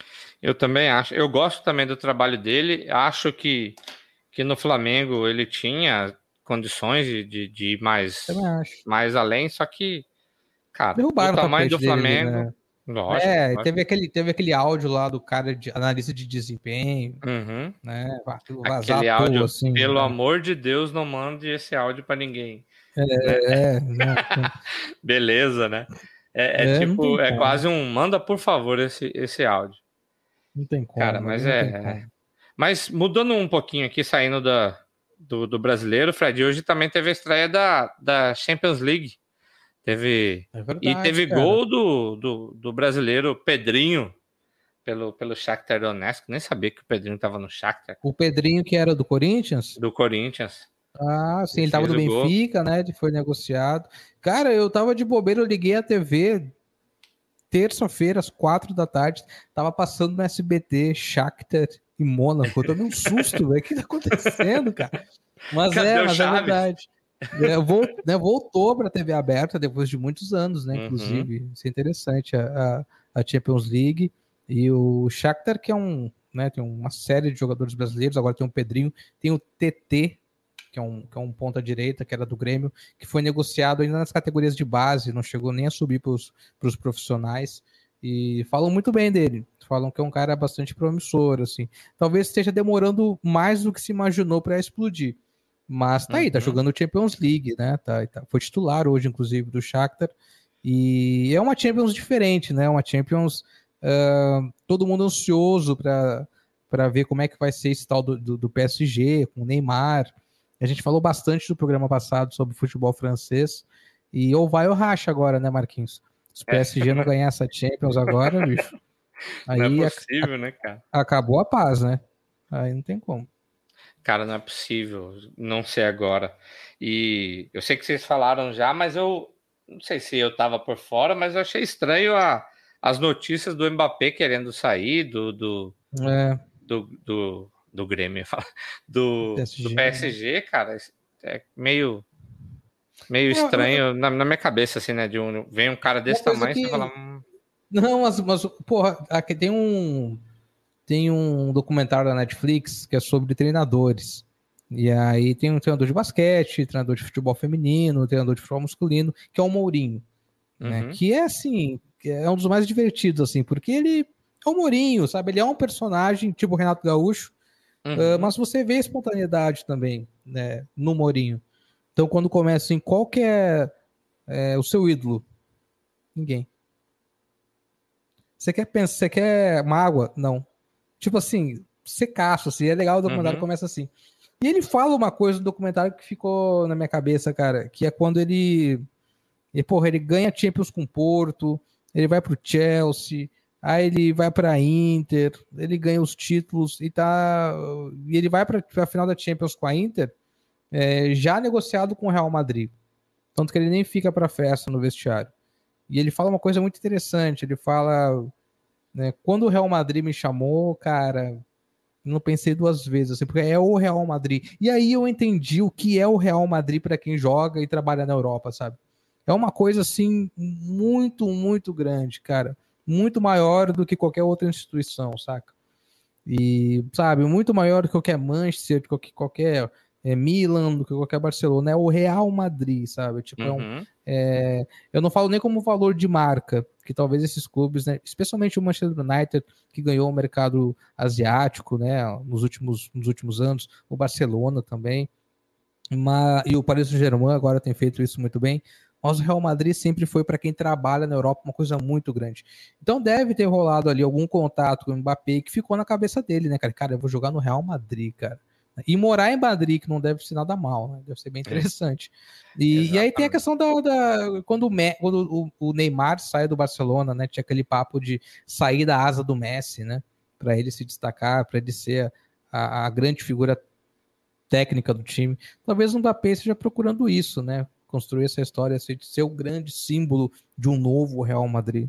A: Eu também acho. Eu gosto também do trabalho dele. Acho que, que no Flamengo ele tinha condições de, de, de ir
B: Também
A: mais,
B: acho.
A: mais além, só que, cara, do
B: Derrubaram o
A: tamanho do
B: tapete dele ali,
A: Flamengo,
B: né?
A: lógico,
B: É,
A: lógico.
B: teve aquele, teve aquele áudio lá do cara de analista de desempenho,
A: Uhum.
B: né? Aquilo vazar à
A: Aquele
B: toa,
A: áudio,
B: assim,
A: pelo
B: né?
A: amor de Deus, não mande esse áudio para ninguém, né?
B: É, não,
A: Beleza, né? É, é
B: é, não tem
A: tipo, é
B: como.
A: quase um manda por favor esse, esse áudio.
B: Não tem
A: Cara,
B: como, ali
A: mas
B: não tem
A: é. é.
B: como.
A: Mas mudando um pouquinho aqui, saindo da, do, do brasileiro, Fred, hoje também teve a estreia da, da Champions League. Teve.
B: É
A: E
B: verdade,
A: teve
B: cara.
A: gol do, do, do brasileiro Pedrinho pelo, pelo Shakhtar Donetsk. Nem sabia que o Pedrinho estava no Shakhtar,
B: O Pedrinho, que era do Corinthians,
A: do Corinthians.
B: ah, sim,
A: Ele
B: ele tava
A: fez
B: do
A: o gol.
B: Benfica, né? Ele foi negociado. Cara, eu tava de bobeira, eu liguei a T V terça-feira, às quatro da tarde, tava passando no S B T, Shakhtar e Mônaco. Eu tomei um susto, velho. O que tá acontecendo, cara? Mas
A: Cadê
B: é,
A: o
B: mas é
A: Chaves?
B: verdade. É, vou, né, voltou para a T V aberta depois de muitos anos, né?
A: Uhum.
B: Inclusive, isso é interessante a, a, a Champions League e o Shakhtar, que é um, né, tem uma série de jogadores brasileiros. Agora tem o Pedrinho, tem o T T, que é um, que é um ponta direita, que era do Grêmio, que foi negociado ainda nas categorias de base, não chegou nem a subir para os profissionais. E falam muito bem dele, falam que é um cara bastante promissor, assim. Talvez esteja demorando mais do que se imaginou para explodir. Mas tá aí, tá
A: Uhum.
B: jogando Champions League, né? Tá, tá, foi titular hoje, inclusive, do Shakhtar. E é uma Champions diferente, né? Uma Champions uh, todo mundo ansioso para para ver como é que vai ser esse tal do, do, do P S G, com o Neymar. A gente falou bastante do programa passado sobre futebol francês. E ou vai ou racha agora, né, Marquinhos? Se o
A: É,
B: P S G não ganhar essa Champions agora, bicho,
A: não é
B: aí a,
A: possível, né, cara?
B: a, acabou a paz, né? Aí não tem como.
A: Cara, não é possível não ser agora. E eu sei que vocês falaram já, mas eu não sei se eu tava por fora, mas eu achei estranho a, as notícias do Mbappé querendo sair do, do,
B: É,
A: do, do, do Grêmio, do, do
B: P S G, né?
A: P S G, cara. É meio, meio
B: É,
A: estranho na, na minha cabeça, assim, né? De um, vem um cara
B: uma
A: desse
B: coisa
A: tamanho e você
B: que.
A: fala. Hum,
B: Não, mas, mas porra, aqui tem um. Tem um documentário da Netflix que é sobre treinadores. E aí tem um treinador de basquete, treinador de futebol feminino, treinador de futebol masculino, que é o Mourinho, né?
A: uhum,
B: Que é assim, que é um dos mais divertidos, assim, porque ele é o Mourinho, sabe? Ele é um personagem tipo o Renato Gaúcho, uh,
A: uhum.
B: mas você vê a espontaneidade também, né, no Mourinho. Então, quando começa assim, qual que é, é o seu ídolo? Ninguém. Você quer pensar, você quer mágoa? Não. Tipo assim, secaço, assim, é legal o documentário
A: Uhum.
B: começa assim. E ele fala uma coisa no documentário que ficou na minha cabeça, cara, que é quando ele, ele porra, ele ganha Champions com o Porto, ele vai pro Chelsea, aí ele vai para a Inter, ele ganha os títulos e tá e ele vai para a final da Champions com a Inter, é, já negociado com o Real Madrid, tanto que ele nem fica para a festa no vestiário. E ele fala uma coisa muito interessante, ele fala, né, quando o Real Madrid me chamou, cara, não pensei duas vezes, assim, porque é o Real Madrid. E aí eu entendi o que é o Real Madrid para quem joga e trabalha na Europa, sabe? É uma coisa, assim, muito, muito grande, cara. Muito maior do que qualquer outra instituição, saca? E, sabe, muito maior do que qualquer Manchester, do que qualquer é, Milan, do que qualquer Barcelona. É o Real Madrid, sabe? Tipo, é um,
A: Uhum.
B: é, eu não falo nem como valor de marca, que talvez esses clubes, né, especialmente o Manchester United, que ganhou o mercado asiático, né, nos últimos, nos últimos anos, o Barcelona também, mas, e o Paris Saint-Germain agora tem feito isso muito bem, mas o Real Madrid sempre foi, para quem trabalha na Europa, uma coisa muito grande. Então deve ter rolado ali algum contato com o Mbappé que ficou na cabeça dele, né, cara? Cara, eu vou jogar no Real Madrid, cara. E morar em Madrid, que não deve ser nada mal, né? Deve ser bem interessante. É. E, e aí tem a questão da... da quando, o, quando o, o Neymar sai do Barcelona, né? Tinha aquele papo de sair da asa do Messi, né? Para ele se destacar, para ele ser a, a grande figura técnica do time. Talvez o Mbappé esteja procurando isso, né? Construir essa história, ser o grande símbolo de um novo Real Madrid.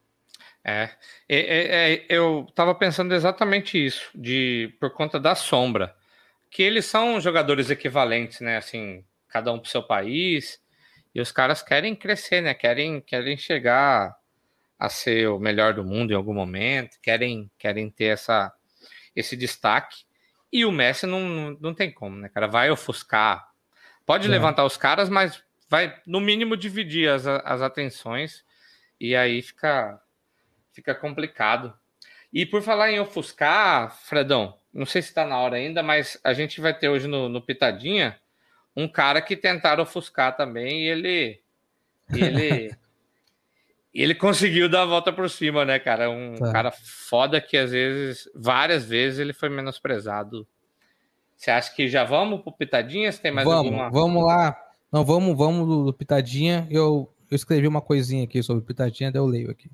A: É, é, é eu estava pensando exatamente isso, de, por conta da sombra. Que eles são jogadores equivalentes, né? Assim, cada um pro seu país. E os caras querem crescer, né? Querem, querem chegar a ser o melhor do mundo em algum momento. Querem, querem ter essa, esse destaque. E o Messi não, não, não tem como, né, cara? Vai ofuscar. Pode é. levantar os caras, mas vai, no mínimo, dividir as, as atenções. E aí fica, fica complicado. E por falar em ofuscar, Fredão, não sei se está na hora ainda, mas a gente vai ter hoje no, no Pitadinha um cara que tentaram ofuscar também e ele ele, ele conseguiu dar a volta por cima, né, cara? Um tá. cara foda que às vezes, várias vezes, ele foi menosprezado. Você acha que já vamos pro Pitadinha? Se tem mais
B: vamos,
A: alguma?
B: Vamos lá. Não, vamos, vamos do, do Pitadinha. Eu, eu escrevi uma coisinha aqui sobre o Pitadinha, daí eu leio aqui.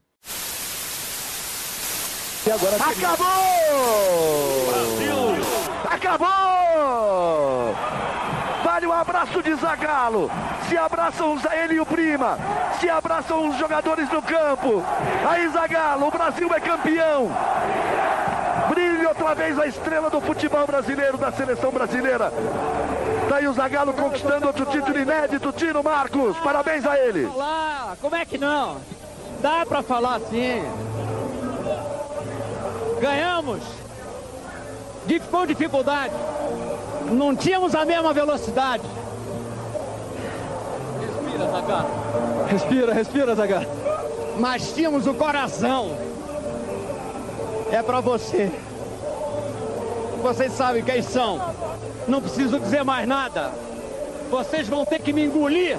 D: E agora acabou! Brasil! Acabou! Vale um abraço de Zagallo. Se abraçam ele e o Prima. Se abraçam os jogadores no campo. Aí Zagallo, o Brasil é campeão. Brilha outra vez a estrela do futebol brasileiro, da seleção brasileira. Tá aí o Zagallo conquistando outro título inédito. Tino Marcos, parabéns a ele.
E: Falar, como é que não? Dá pra falar assim. Ganhamos com dificuldade, não tínhamos a mesma velocidade. Respira, Zagallo. Respira, respira, Zagallo. Mas tínhamos o coração. É pra você. Vocês sabem quem são. Não preciso dizer mais nada. Vocês vão ter que me engolir.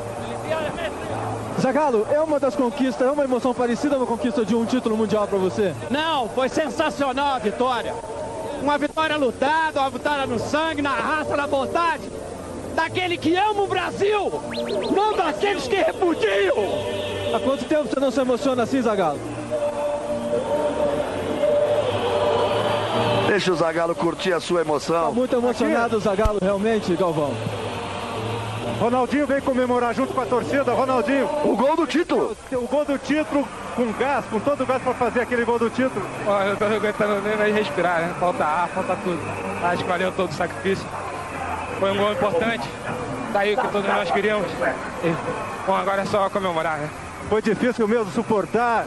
F: Zagallo, é uma das conquistas, é uma emoção parecida com a conquista de um título mundial para você?
E: Não, foi sensacional a vitória. Uma vitória lutada, uma vitória no sangue, na raça, na vontade. Daquele que ama o Brasil, não daqueles que repudiam.
F: Há quanto tempo você não se emociona assim, Zagallo?
D: Deixa o Zagallo curtir a sua emoção.
F: Tá muito emocionado o Zagallo, realmente, Galvão.
G: Ronaldinho vem comemorar junto com a torcida. Ronaldinho,
D: o gol do título.
G: O gol do título com gás, com todo o gás para fazer aquele gol do título.
H: Ó, eu tô aguentando nem respirar, né? Falta ar, falta tudo. Acho que valeu todo o sacrifício. Foi um gol importante. Tá aí o que todos nós queríamos. E, bom, agora é só comemorar, né?
G: Foi difícil mesmo suportar.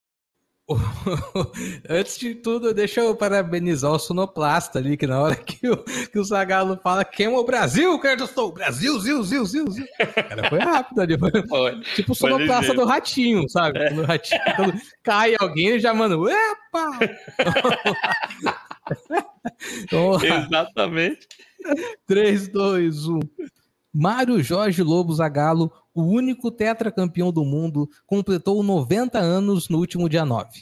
B: Antes de tudo, deixa eu parabenizar o sonoplasta ali, que na hora que o, que o Zagallo fala queima o Brasil, cara, eu estou Brasil, zil, zil, zil, zil. Cara, foi rápido ali. Foi, foi, tipo o sonoplasta do Ratinho, sabe? É. Do Ratinho, quando cai alguém, ele já manda, epa!
A: Exatamente.
B: três, dois, um. Mário Jorge Lobo Zagallo, o único tetracampeão do mundo, completou noventa anos no último dia nove.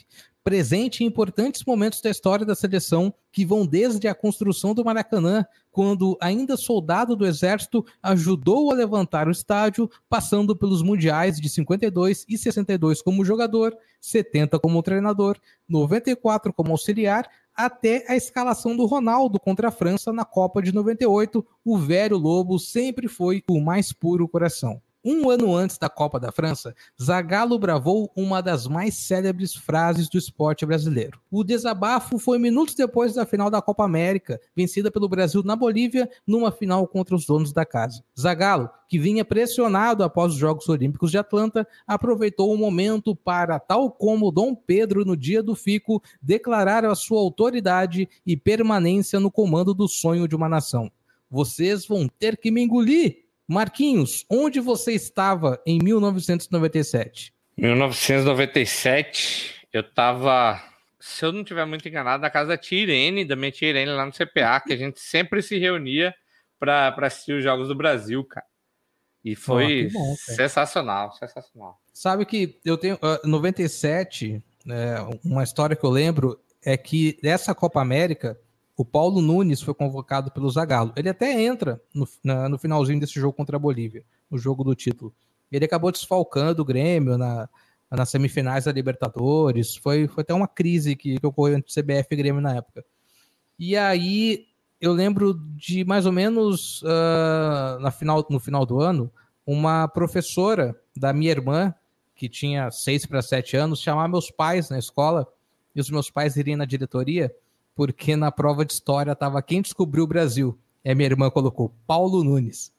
B: presente em importantes momentos da história da seleção que vão desde a construção do Maracanã, quando ainda soldado do Exército ajudou a levantar o estádio, passando pelos mundiais de cinquenta e dois e sessenta e dois como jogador, setenta como treinador, noventa e quatro como auxiliar, até a escalação do Ronaldo contra a França na Copa de noventa e oito, o velho Lobo sempre foi o mais puro coração. Um ano antes da Copa da França, Zagallo bravou uma das mais célebres frases do esporte brasileiro. O desabafo foi minutos depois da final da Copa América, vencida pelo Brasil na Bolívia, numa final contra os donos da casa. Zagallo, que vinha pressionado após os Jogos Olímpicos de Atlanta, aproveitou o momento para, tal como Dom Pedro no dia do fico, declarar a sua autoridade e permanência no comando do sonho de uma nação. Vocês vão ter que me engolir! Marquinhos, onde você estava em mil novecentos e noventa e sete?
A: mil novecentos e noventa e sete, eu estava, se eu não estiver muito enganado, na casa da tia Irene, da minha tia Irene lá no C P A, que a gente sempre se reunia para assistir os Jogos do Brasil, cara. E foi oh, bom, sensacional, sensacional.
B: Sabe que eu tenho, uh, noventa e sete, é, uma história que eu lembro é que dessa Copa América, o Paulo Nunes foi convocado pelo Zagallo. Ele até entra no, na, no finalzinho desse jogo contra a Bolívia, no jogo do título. Ele acabou desfalcando o Grêmio na, nas semifinais da Libertadores. Foi, foi até uma crise que, que ocorreu entre C B F e Grêmio na época. E aí, eu lembro de mais ou menos uh, na final, no final do ano, uma professora da minha irmã, que tinha seis para sete anos, chamar meus pais na escola, e os meus pais irem na diretoria, porque na prova de história estava quem descobriu o Brasil. E a minha irmã colocou Paulo Nunes.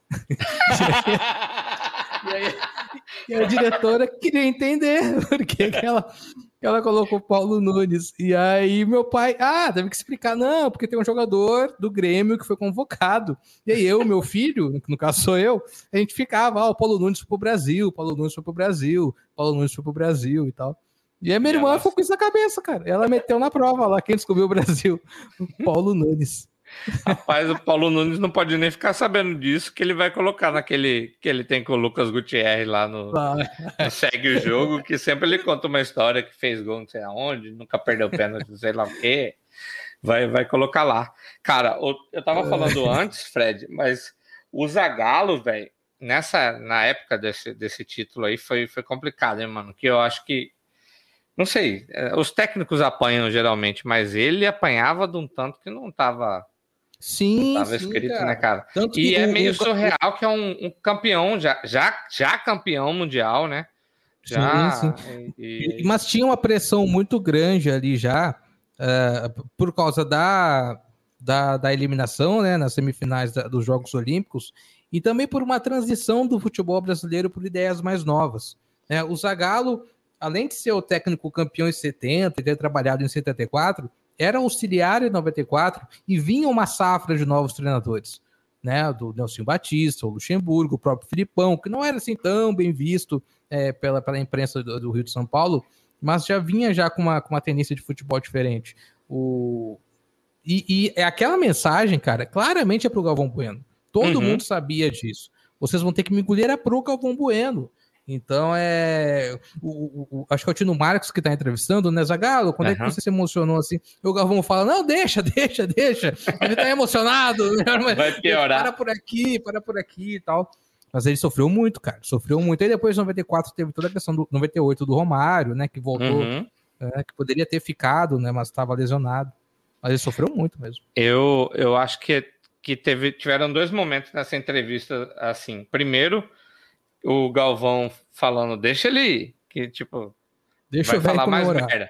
B: e, aí, e a diretora queria entender porque que ela, que ela colocou Paulo Nunes. E aí meu pai, ah, teve que explicar, não, porque tem um jogador do Grêmio que foi convocado. E aí eu, meu filho, no caso sou eu, a gente ficava, ah, o Paulo Nunes foi pro Brasil, o Paulo Nunes foi pro Brasil, Paulo Nunes foi pro Brasil e tal. E a minha irmã ficou com isso na cabeça, cara. Ela meteu na prova lá, quem descobriu o Brasil? O Paulo Nunes.
A: Rapaz, o Paulo Nunes não pode nem ficar sabendo disso, que ele vai colocar naquele que ele tem com o Lucas Gutierrez lá no, ah. no Segue o Jogo, que sempre ele conta uma história que fez gol não sei aonde, nunca perdeu pênalti, não sei lá o quê. Vai, vai colocar lá. Cara, eu tava falando antes, Fred, mas o Zagallo, velho, nessa, na época desse, desse título aí, foi, foi complicado, hein, mano? Que eu acho que não sei, os técnicos apanham geralmente, mas ele apanhava de um tanto que não estava
B: sim,
A: não
B: sim,
A: escrito,
B: cara.
A: né, cara?
B: Tanto
A: e é
B: o,
A: meio
B: o...
A: surreal que é um, um campeão, já, já, já campeão mundial, né? Já,
B: sim, sim.
A: E, e...
B: Mas tinha uma pressão muito grande ali já, uh, por causa da, da, da eliminação, né, nas semifinais da, dos Jogos Olímpicos, e também por uma transição do futebol brasileiro por ideias mais novas. É, o Zagallo, além de ser o técnico campeão em setenta e ter trabalhado em setenta e quatro, era auxiliar em noventa e quatro e vinha uma safra de novos treinadores, né? Do Nelson Batista, o Luxemburgo, o próprio Filipão, que não era assim tão bem visto é, pela, pela imprensa do, do Rio de São Paulo, mas já vinha já com uma, com uma tendência de futebol diferente. O... E, e é aquela mensagem, cara, claramente é pro Galvão Bueno. Todo uhum. mundo sabia disso. Vocês vão ter que me engolir é pro Galvão Bueno. Então, é... O, o, o, acho que é o Tino Marcos que está entrevistando, né, Zagallo? Quando uhum. é que você se emocionou assim? O Galvão fala, não, deixa, deixa, deixa. Ele está emocionado.
A: Vai piorar.
B: Para por aqui, para por aqui e tal. Mas ele sofreu muito, cara. Sofreu muito. Aí depois, em noventa e quatro, teve toda a questão do noventa e oito do Romário, né, que voltou,
A: uhum.
B: é, que poderia ter ficado, né, mas estava lesionado. Mas ele sofreu muito mesmo.
A: Eu, eu acho que, que teve, tiveram dois momentos nessa entrevista, assim. Primeiro, o Galvão falando, deixa ele ir, que tipo,
B: deixa
A: vai falar mais merda.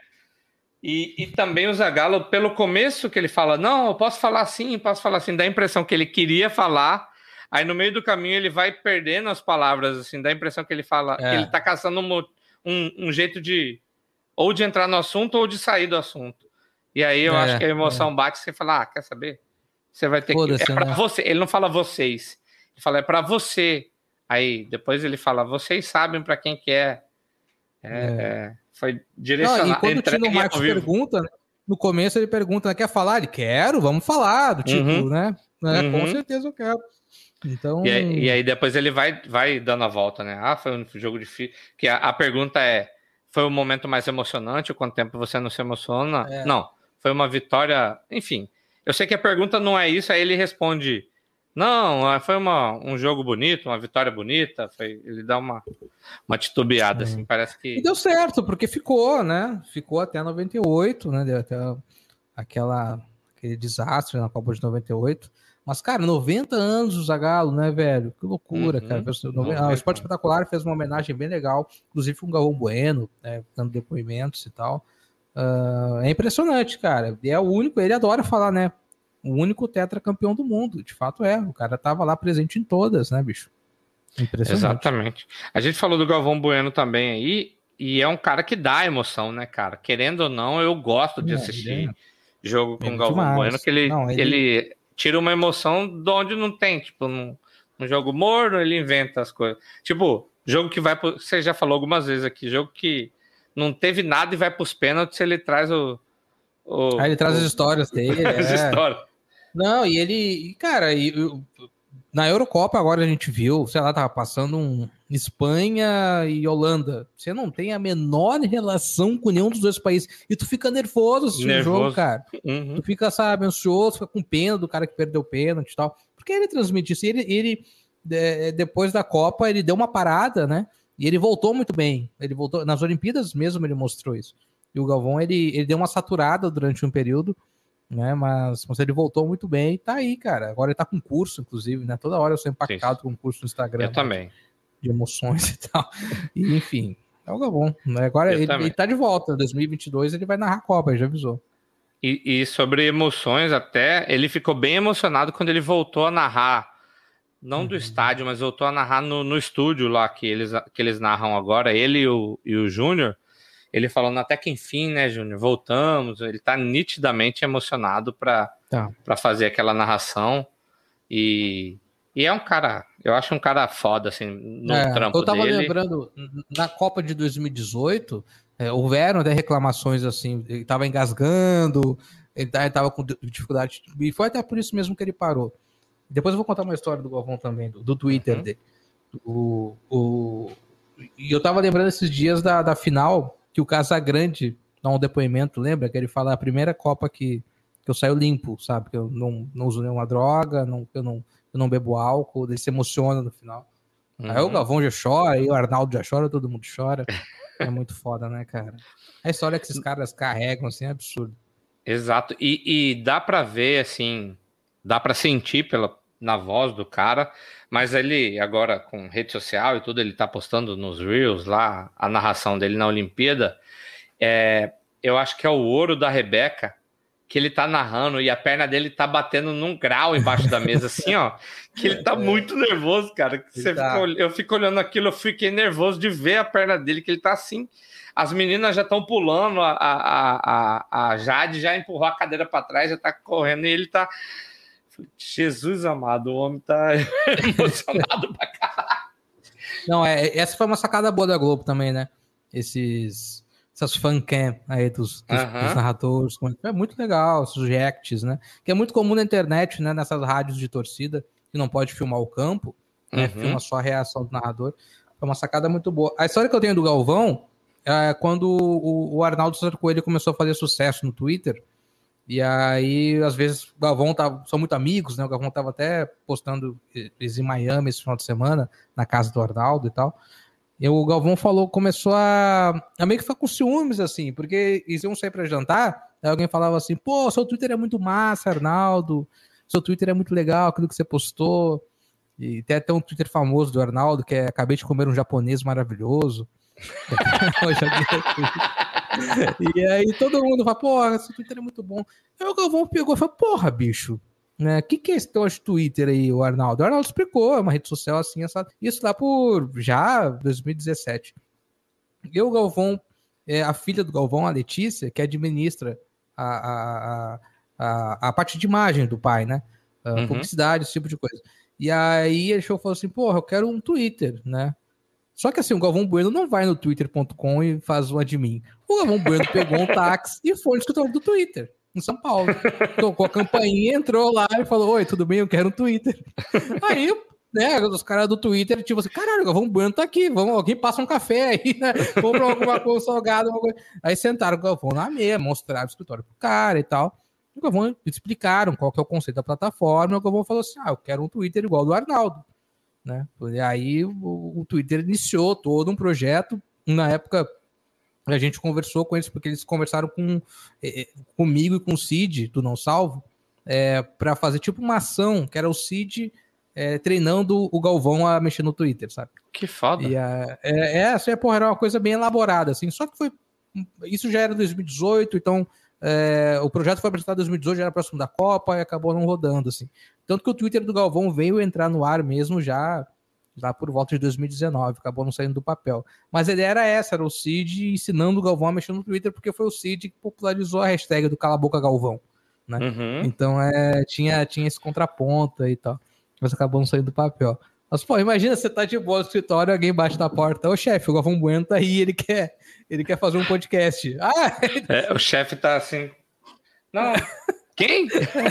A: E, e também o Zagallo, pelo começo que ele fala, não, eu posso falar assim, posso falar assim, dá a impressão que ele queria falar, aí no meio do caminho ele vai perdendo as palavras, assim, dá a impressão que ele fala, é. que ele tá caçando um, um, um jeito de, ou de entrar no assunto ou de sair do assunto. E aí eu é, acho que a emoção é. bate e você fala, ah, quer saber? Você vai ter Foda-se, que... É pra né? você, ele não fala vocês, ele fala, é pra você. Aí, depois ele fala, vocês sabem para quem que é. É, é. É, foi direcionado.
B: Não, e quando o Tino Marcos pergunta, né, no começo ele pergunta, quer falar? Ele, quero, vamos falar, do tipo, uhum. né? É, uhum. Com certeza eu quero. Então...
A: E aí, e aí depois ele vai, vai dando a volta, né? Ah, foi um jogo difícil. Que a, a pergunta é, foi o momento mais emocionante, quanto tempo você não se emociona?
B: É.
A: Não, foi uma vitória, enfim. Eu sei que a pergunta não é isso, aí ele responde, não, foi uma, um jogo bonito, uma vitória bonita, foi, ele dá uma, uma titubeada,
B: Sim.
A: assim, parece que...
B: E deu certo, porque ficou, né? Ficou até noventa e oito, né? Deu até aquela, aquele desastre na Copa de noventa e oito. Mas, cara, noventa anos o Zagallo, né, velho? Que loucura,
A: Uhum.
B: cara. Ah, o Esporte Espetacular fez uma homenagem bem legal, inclusive com o Galvão Bueno, né, dando depoimentos e tal. Uh, é impressionante, cara. E é o único, ele adora falar, né? O único tetracampeão do mundo. De fato é. O cara tava lá presente em todas, né, bicho? Impressionante.
A: Exatamente. A gente falou do Galvão Bueno também aí, e é um cara que dá emoção, né, cara? Querendo ou não, eu gosto de assistir é. jogo com o Galvão demais. Bueno, que ele, não, ele... ele tira uma emoção de onde não tem. Tipo, num, num jogo morno, ele inventa as coisas. Tipo, jogo que vai pro... Você já falou algumas vezes aqui, jogo que não teve nada e vai pros pênaltis, ele traz o... o
B: Aí ele traz
A: o,
B: as histórias dele.
A: as
B: é.
A: histórias.
B: Não, e ele... Cara, e, na Eurocopa agora a gente viu, sei lá, tava passando um Espanha e Holanda. Você não tem a menor relação com nenhum dos dois países. E tu fica nervoso assistindo o jogo, cara.
A: Uhum.
B: Tu fica, sabe, ansioso, fica com pena do cara que perdeu o pênalti e tal. Porque ele transmite isso. Ele, ele depois da Copa, ele deu uma parada, né? E ele voltou muito bem. Ele voltou nas Olimpíadas mesmo, ele mostrou isso. E o Galvão, ele, ele deu uma saturada durante um período, né? Mas, mas ele voltou muito bem e tá aí, cara. Agora ele tá com curso, inclusive, né? Toda hora eu sou impactado Sim. com curso no Instagram.
A: Eu
B: né?
A: também.
B: De emoções e tal. E, enfim, é o Galvão. Né? Agora ele, ele tá de volta. Em dois mil e vinte e dois ele vai narrar a Copa, ele já avisou.
A: E, e sobre emoções até, ele ficou bem emocionado quando ele voltou a narrar, não uhum. do estádio, mas voltou a narrar no, no estúdio lá que eles, que eles narram agora, ele e o, e o Júnior. Ele falando até que enfim, né, Júnior, voltamos. Ele tá nitidamente emocionado para
B: tá.
A: para fazer aquela narração. E, e é um cara, eu acho um cara foda, assim, no
B: é,
A: trampo
B: eu tava
A: dele.
B: lembrando, na Copa de dois mil e dezoito, é, houveram até reclamações assim, ele tava engasgando, ele tava com dificuldade, e foi até por isso mesmo que ele parou. Depois eu vou contar uma história do Galvão também, do, do Twitter uhum. dele. O, o, e eu tava lembrando esses dias da, da final, que o Casagrande dá um depoimento, lembra? Que ele fala a primeira Copa que, que eu saio limpo, sabe? Que eu não, não uso nenhuma droga, não, eu, não, eu não bebo álcool, ele se emociona no final. Uhum. Aí o Galvão já chora, aí o Arnaldo já chora, todo mundo chora. É muito foda, né, cara? A história que esses caras carregam, assim, é absurdo.
A: Exato. E, e dá pra ver, assim, dá pra sentir pela, na voz do cara, mas ele agora com rede social e tudo, ele tá postando nos Reels lá, a narração dele na Olimpíada, é, eu acho que é o ouro da Rebeca, que ele tá narrando e a perna dele tá batendo num grau embaixo da mesa, assim, ó, que ele tá é. muito nervoso, cara. Você tá. fica, eu fico olhando aquilo, eu fiquei nervoso de ver a perna dele, que ele tá assim, as meninas já estão pulando, a, a, a, a Jade já empurrou a cadeira para trás, já tá correndo, e ele tá... Jesus amado, o homem tá emocionado pra caralho.
B: Não, é, essa foi uma sacada boa da Globo também, né? Esses, essas fancam aí dos, dos, uh-huh. dos narradores. É muito legal, esses reacts, né? Que é muito comum na internet, né? Nessas rádios de torcida, que não pode filmar o campo, né? Uh-huh. Filma só a reação do narrador. Foi uma sacada muito boa. A história que eu tenho do Galvão é quando o, o Arnaldo César Coelho começou a fazer sucesso no Twitter. E aí, às vezes, o Galvão tava, são muito amigos, né? O Galvão tava até postando eles em Miami esse final de semana, na casa do Arnaldo e tal. E o Galvão falou, começou a, a meio que ficar com ciúmes, assim, porque eles iam sair pra jantar, aí alguém falava assim, pô, seu Twitter é muito massa, Arnaldo, seu Twitter é muito legal, aquilo que você postou. E tem até um Twitter famoso do Arnaldo, que é, acabei de comer um japonês maravilhoso. E aí todo mundo fala, porra, esse Twitter é muito bom. Aí o Galvão pegou e falou, porra, bicho, né? O que, que é esse teu Twitter aí, o Arnaldo? O Arnaldo explicou, é uma rede social assim, essa... isso lá por já dois mil e dezessete. E o Galvão, é, a filha do Galvão, a Letícia, que administra a, a, a, a parte de imagem do pai, né? A uhum. publicidade, esse tipo de coisa. E aí ele falou assim, porra, eu quero um Twitter, né? Só que assim, o Galvão Bueno não vai no twitter ponto com e faz um admin. O Galvão Bueno pegou um táxi e foi no escritório do Twitter, em São Paulo. Tocou a campainha, entrou lá e falou, oi, tudo bem? Eu quero um Twitter. Aí né, os caras do Twitter, tipo assim, caralho, Galvão Bueno tá aqui, vamos, alguém passa um café aí, né? Compra alguma coisa salgada, alguma coisa. Aí sentaram o Galvão na mesa, mostraram o escritório pro cara e tal. O Galvão explicaram qual que é o conceito da plataforma, e o Galvão falou assim: ah, eu quero um Twitter igual ao do Arnaldo, né? E aí o, o Twitter iniciou todo um projeto. Na época, a gente conversou com eles, porque eles conversaram com, eh, comigo e com o Cid, do Não Salvo, é, para fazer tipo uma ação, que era o Cid é, treinando o Galvão a mexer no Twitter, sabe?
A: Que foda.
B: E a, é, é, assim, porra, era uma coisa bem elaborada, assim, só que foi, isso já era dois mil e dezoito, então é, o projeto foi apresentado em dois mil e dezoito, já era próximo da Copa e acabou não rodando, assim. Tanto que o Twitter do Galvão veio entrar no ar mesmo já, já por volta de dois mil e dezenove, acabou não saindo do papel. Mas a ideia era essa, era o Cid ensinando o Galvão a mexer no Twitter, porque foi o Cid que popularizou a hashtag do Cala a Boca Galvão, né? Uhum. Então é, tinha, tinha esse contraponto e tal, mas acabou não saindo do papel. Mas, pô, imagina você tá de boa no escritório, alguém bate na porta, ô chefe, o Galvão Bueno tá aí, ele quer, ele quer fazer um podcast. Ah!
A: É, o chefe tá assim, não, quem?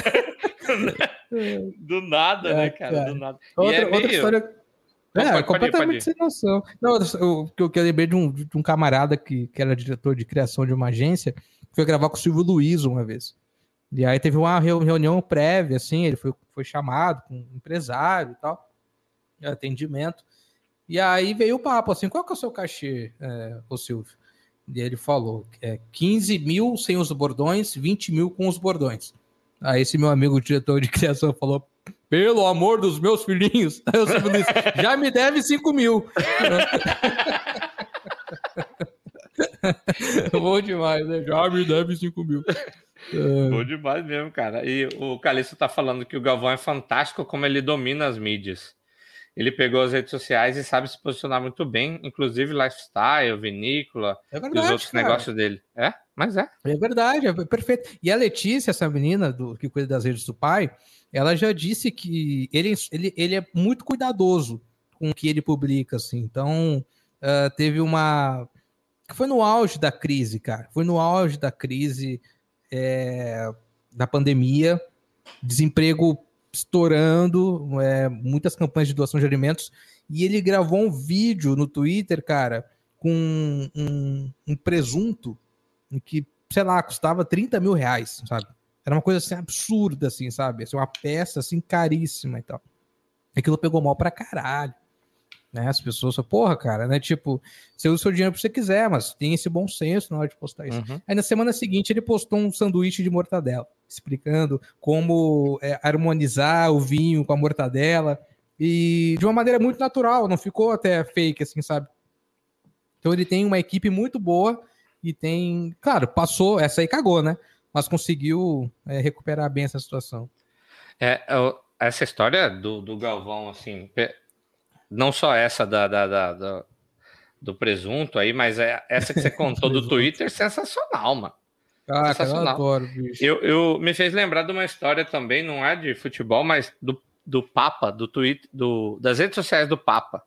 A: Do nada, é, né, cara? cara? Do nada.
B: Outra,
A: é
B: outra
A: meio...
B: história...
A: Não,
B: é,
A: pode,
B: completamente
A: pode
B: sem noção. Não, eu, eu, eu lembrei de um, de um camarada que, que era diretor de criação de uma agência, que foi gravar com o Silvio Luiz uma vez. E aí teve uma reunião prévia, assim, ele foi, foi chamado com um empresário e tal, atendimento. E aí veio o papo, assim, qual que é o seu cachê, é, ô Silvio? E ele falou, é quinze mil sem os bordões, vinte mil com os bordões. Aí esse meu amigo diretor de criação falou, pelo amor dos meus filhinhos, aí o Silvio Luiz, já me deve cinco mil. Bom demais, né? Já me deve cinco mil.
A: É. Bom demais mesmo, cara. E o Calixto tá falando que o Galvão é fantástico como ele domina as mídias. Ele pegou as redes sociais e sabe se posicionar muito bem, inclusive lifestyle, vinícola é verdade, e os outros cara. negócios dele. É? Mas é.
B: É verdade, é perfeito. E a Letícia, essa menina do, que cuida das redes do pai, ela já disse que ele, ele, ele é muito cuidadoso com o que ele publica, assim. Então, uh, teve uma... Foi no auge da crise, cara. Foi no auge da crise é, da pandemia, desemprego estourando, é, muitas campanhas de doação de alimentos, e ele gravou um vídeo no Twitter, cara, com um, um, um presunto que, sei lá, custava trinta mil reais, sabe? Era uma coisa assim absurda, assim, sabe? Assim, uma peça assim caríssima e tal. Aquilo pegou mal pra caralho. Né? As pessoas falam, porra, cara, né? Tipo, você usa o seu dinheiro pra você quiser, mas tem esse bom senso na hora de postar isso. Uhum. Aí na semana seguinte ele postou um sanduíche de mortadela, explicando como é, harmonizar o vinho com a mortadela, e de uma maneira muito natural, não ficou até fake, assim, sabe? Então ele tem uma equipe muito boa e tem, claro, passou, essa aí cagou, né? Mas conseguiu é, recuperar bem essa situação.
A: É, essa história do, do Galvão, assim, não só essa da, da, da, da, do presunto aí, mas é essa que você contou do Twitter, sensacional, mano.
B: Ah, sensacional. Cara, eu adoro, bicho.
A: Eu, eu me fez lembrar de uma história também, não é de futebol, mas do, do Papa, do Twitter, do, das redes sociais do Papa.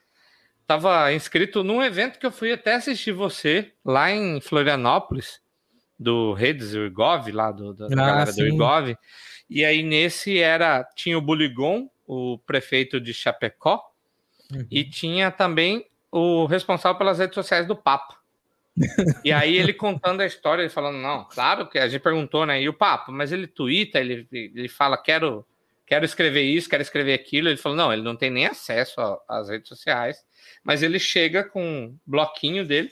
A: Tava inscrito num evento que eu fui até assistir você, lá em Florianópolis, do Redes Irgov, lá do, da ah, galera sim. do Irgov. E aí nesse era, tinha o Buligon, o prefeito de Chapecó, uhum. e tinha também o responsável pelas redes sociais do Papa. E aí ele contando a história, ele falando, não, claro que a gente perguntou, né, e o Papa, mas ele tuita, ele, ele fala, quero, quero escrever isso, quero escrever aquilo. Ele falou, não, ele não tem nem acesso às redes sociais, mas ele chega com um bloquinho dele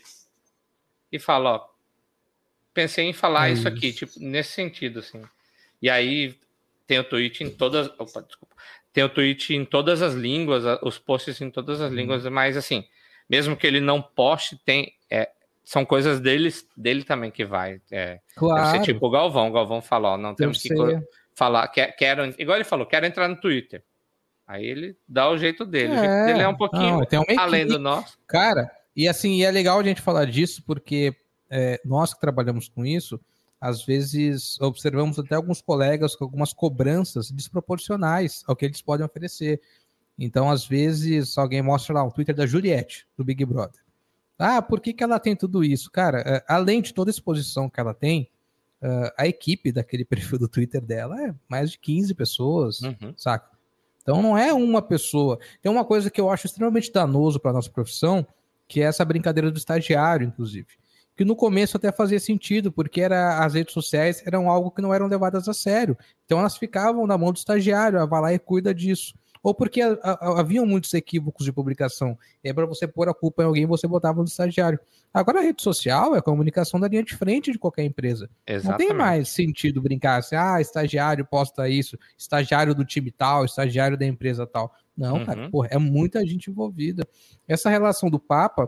A: e fala, ó, pensei em falar é isso aqui, isso. tipo, nesse sentido, assim. E aí tem o tweet em todas, opa, desculpa, tem o tweet em todas as línguas, os posts em todas as hum. línguas, mas assim, mesmo que ele não poste, tem, é, são coisas deles, dele também que vai. É,
B: claro.
A: Deve ser tipo o Galvão, o Galvão fala, ó, não temos que ser. falar, quer, quero, igual ele falou, quero entrar no Twitter. Aí ele dá o jeito dele, é, o jeito dele é um pouquinho não, além do nosso.
B: Cara, e assim, e é legal a gente falar disso, porque é, nós que trabalhamos com isso, às vezes observamos até alguns colegas com algumas cobranças desproporcionais ao que eles podem oferecer. Então, às vezes, alguém mostra lá o Twitter da Juliette, do Big Brother. Ah, por que que ela tem tudo isso? Cara, além de toda a exposição que ela tem, a equipe daquele perfil do Twitter dela é mais de quinze pessoas, uhum. saca? Então não é uma pessoa. Tem uma coisa que eu acho extremamente danoso para a nossa profissão, que é essa brincadeira do estagiário, inclusive. Que no começo até fazia sentido, porque era, as redes sociais eram algo que não eram levadas a sério. Então elas ficavam na mão do estagiário, ah, vai lá e cuida disso. Ou porque a, a, haviam muitos equívocos de publicação. E aí, para você pôr a culpa em alguém, você botava no estagiário. Agora a rede social é a comunicação da linha de frente de qualquer empresa.
A: Exatamente.
B: Não tem mais sentido brincar assim, ah, estagiário posta isso, estagiário do time tal, estagiário da empresa tal. Não, uhum. cara, porra, é muita gente envolvida. Essa relação do Papa,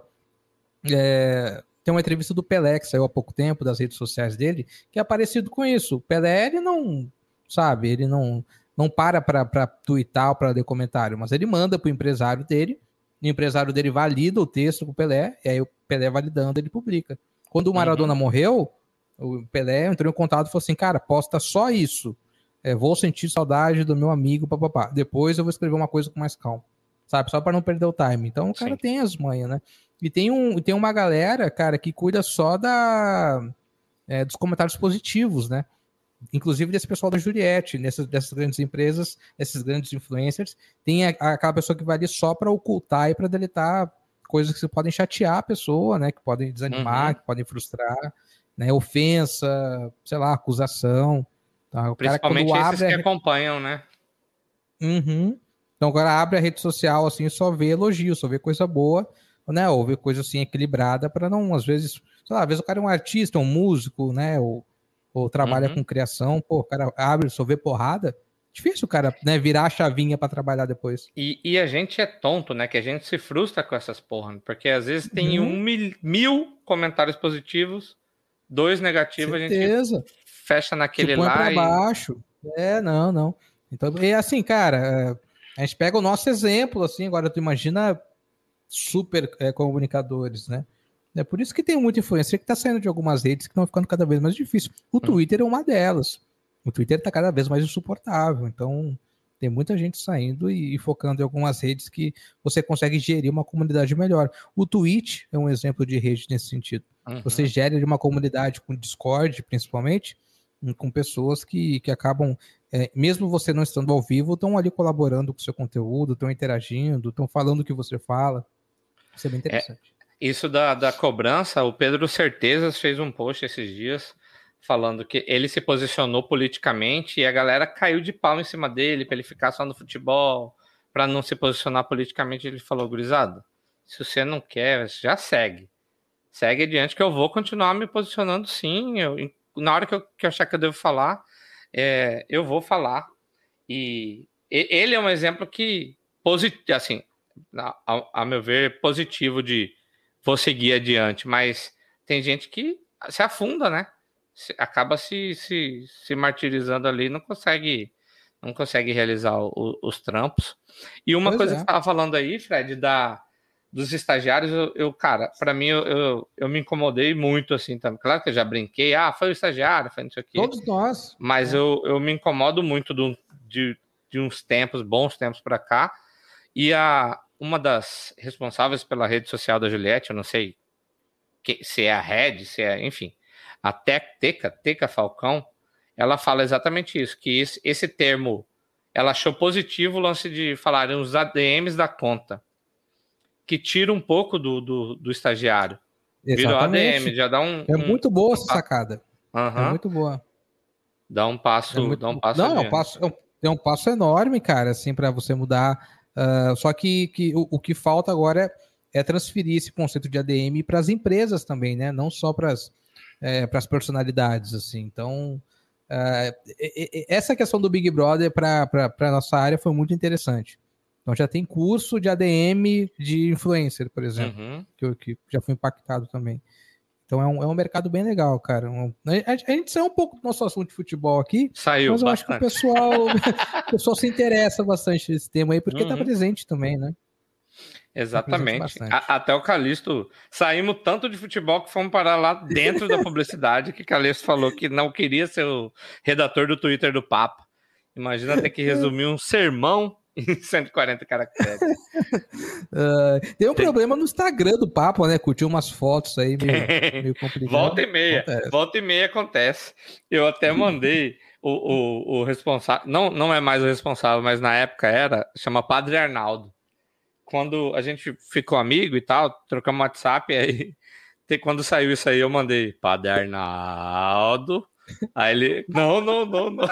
B: é, tem uma entrevista do Pelé, que saiu há pouco tempo, das redes sociais dele, que é parecido com isso. O Pelé, ele não, sabe, ele não... não para para twittar ou para ler comentário, mas ele manda para o empresário dele, o empresário dele valida o texto com o Pelé, e aí o Pelé validando, ele publica. Quando o Maradona uhum. morreu, o Pelé entrou em contato e falou assim, cara, posta só isso, é, vou sentir saudade do meu amigo, papapá. Depois eu vou escrever uma coisa com mais calma, sabe, só para não perder o time. Então o cara Sim. tem as manhas, né? E tem, um, tem uma galera, cara, que cuida só da, é, dos comentários positivos, né? Inclusive desse pessoal da Juliette, nessas, dessas grandes empresas, esses grandes influencers, tem a, aquela pessoa que vai ali só para ocultar e para deletar coisas que podem chatear a pessoa, né? Que podem desanimar, uhum. que podem frustrar, né? Ofensa, sei lá, acusação. Tá? O
A: Principalmente
B: cara,
A: esses
B: abre
A: que a... acompanham, né?
B: Uhum. Então agora abre a rede social assim, só vê elogio, só vê coisa boa, né? Ou vê coisa assim equilibrada para não, às vezes, sei lá, às vezes o cara é um artista, um músico, né? Ou ou trabalha uhum. com criação, pô, o cara abre, só vê porrada, difícil o cara, né, virar a chavinha para trabalhar depois.
A: E, e a gente é tonto, né, que a gente se frustra com essas porra, porque às vezes tem uhum. um mil, mil comentários positivos, dois negativos,
B: Certeza.
A: A gente fecha naquele
B: Se põe
A: lá
B: pra
A: e...
B: baixo. É, não, não. Então, e assim, cara, a gente pega o nosso exemplo, assim, agora tu imagina super é, comunicadores, né? É por isso que tem muita influência que está saindo de algumas redes que estão ficando cada vez mais difícil. O Twitter é uma delas. O Twitter está cada vez mais insuportável. Então, tem muita gente saindo e, e focando em algumas redes que você consegue gerir uma comunidade melhor. O Twitch é um exemplo de rede nesse sentido. Uhum. Você gera uma comunidade com Discord, principalmente, com pessoas que, que acabam, é, mesmo você não estando ao vivo, estão ali colaborando com o seu conteúdo, estão interagindo, estão falando o que você fala. Isso é bem interessante.
A: É... Isso da, da cobrança, o Pedro Certezas fez um post esses dias falando que ele se posicionou politicamente e a galera caiu de pau em cima dele para ele ficar só no futebol, para não se posicionar politicamente. Ele falou, gurizada, se você não quer, já segue. Segue adiante que eu vou continuar me posicionando sim. Eu, na hora que eu, que eu achar que eu devo falar, é, eu vou falar. E ele é um exemplo que, assim, a, a meu ver, positivo de vou seguir adiante, mas tem gente que se afunda, né? Se, acaba se, se, se martirizando ali, não consegue, não consegue realizar o, os trampos. E uma pois coisa é. que você estava falando aí, Fred, da, dos estagiários, eu, eu cara, para mim, eu, eu, eu me incomodei muito, assim, também. Claro que eu já brinquei, ah, foi o estagiário, foi não sei o quê.
B: Todos nós.
A: Mas é. eu, eu me incomodo muito do, de, de uns tempos, bons tempos para cá, e a uma das responsáveis pela rede social da Juliette, eu não sei que, se é a Red, se é, enfim, a Teca, Teca Falcão, ela fala exatamente isso, que esse, esse termo, ela achou positivo o lance de falarem os A D Ms da conta, que tira um pouco do, do, do estagiário. Vira o A D M, já dá um...
B: É
A: um,
B: muito boa
A: um,
B: essa sacada.
A: Uhum.
B: É muito boa.
A: Dá um passo,
B: é muito,
A: dá um passo
B: Não, é um passo, é, um, é um passo enorme, cara, assim, para você mudar... Uh, só que, que o, o que falta agora é, é transferir esse conceito de A D M para as empresas também, né? Não só para as é, personalidades, assim. Então, uh, e, e, essa questão do Big Brother para a nossa área foi muito interessante. Então, já tem curso de A D M de influencer, por exemplo, uhum. que, que já foi impactado também. Então, é um, é um mercado bem legal, cara. Um, a, a gente saiu um pouco do nosso assunto de futebol aqui,
A: saiu
B: mas eu
A: bastante.
B: acho que o pessoal, o pessoal se interessa bastante nesse tema aí, porque está uhum. presente também, né?
A: Exatamente. Tá a, até o Calixto, saímos tanto de futebol que fomos parar lá dentro da publicidade, que Calixto falou que não queria ser o redator do Twitter do Papa. Imagina ter que resumir um sermão em cento e quarenta caracteres.
B: Uh, tem um tem... problema no Instagram do Papo, né? Curtiu umas fotos aí meio, meio complicado.
A: Volta e meia. Acontece. Volta e meia acontece. Eu até mandei o, o, o responsável, não, não é mais o responsável, mas na época era, chama Padre Arnaldo. Quando a gente ficou amigo e tal, trocamos WhatsApp, aí quando saiu isso aí eu mandei, Padre Arnaldo. Aí ele, não, não, não, não.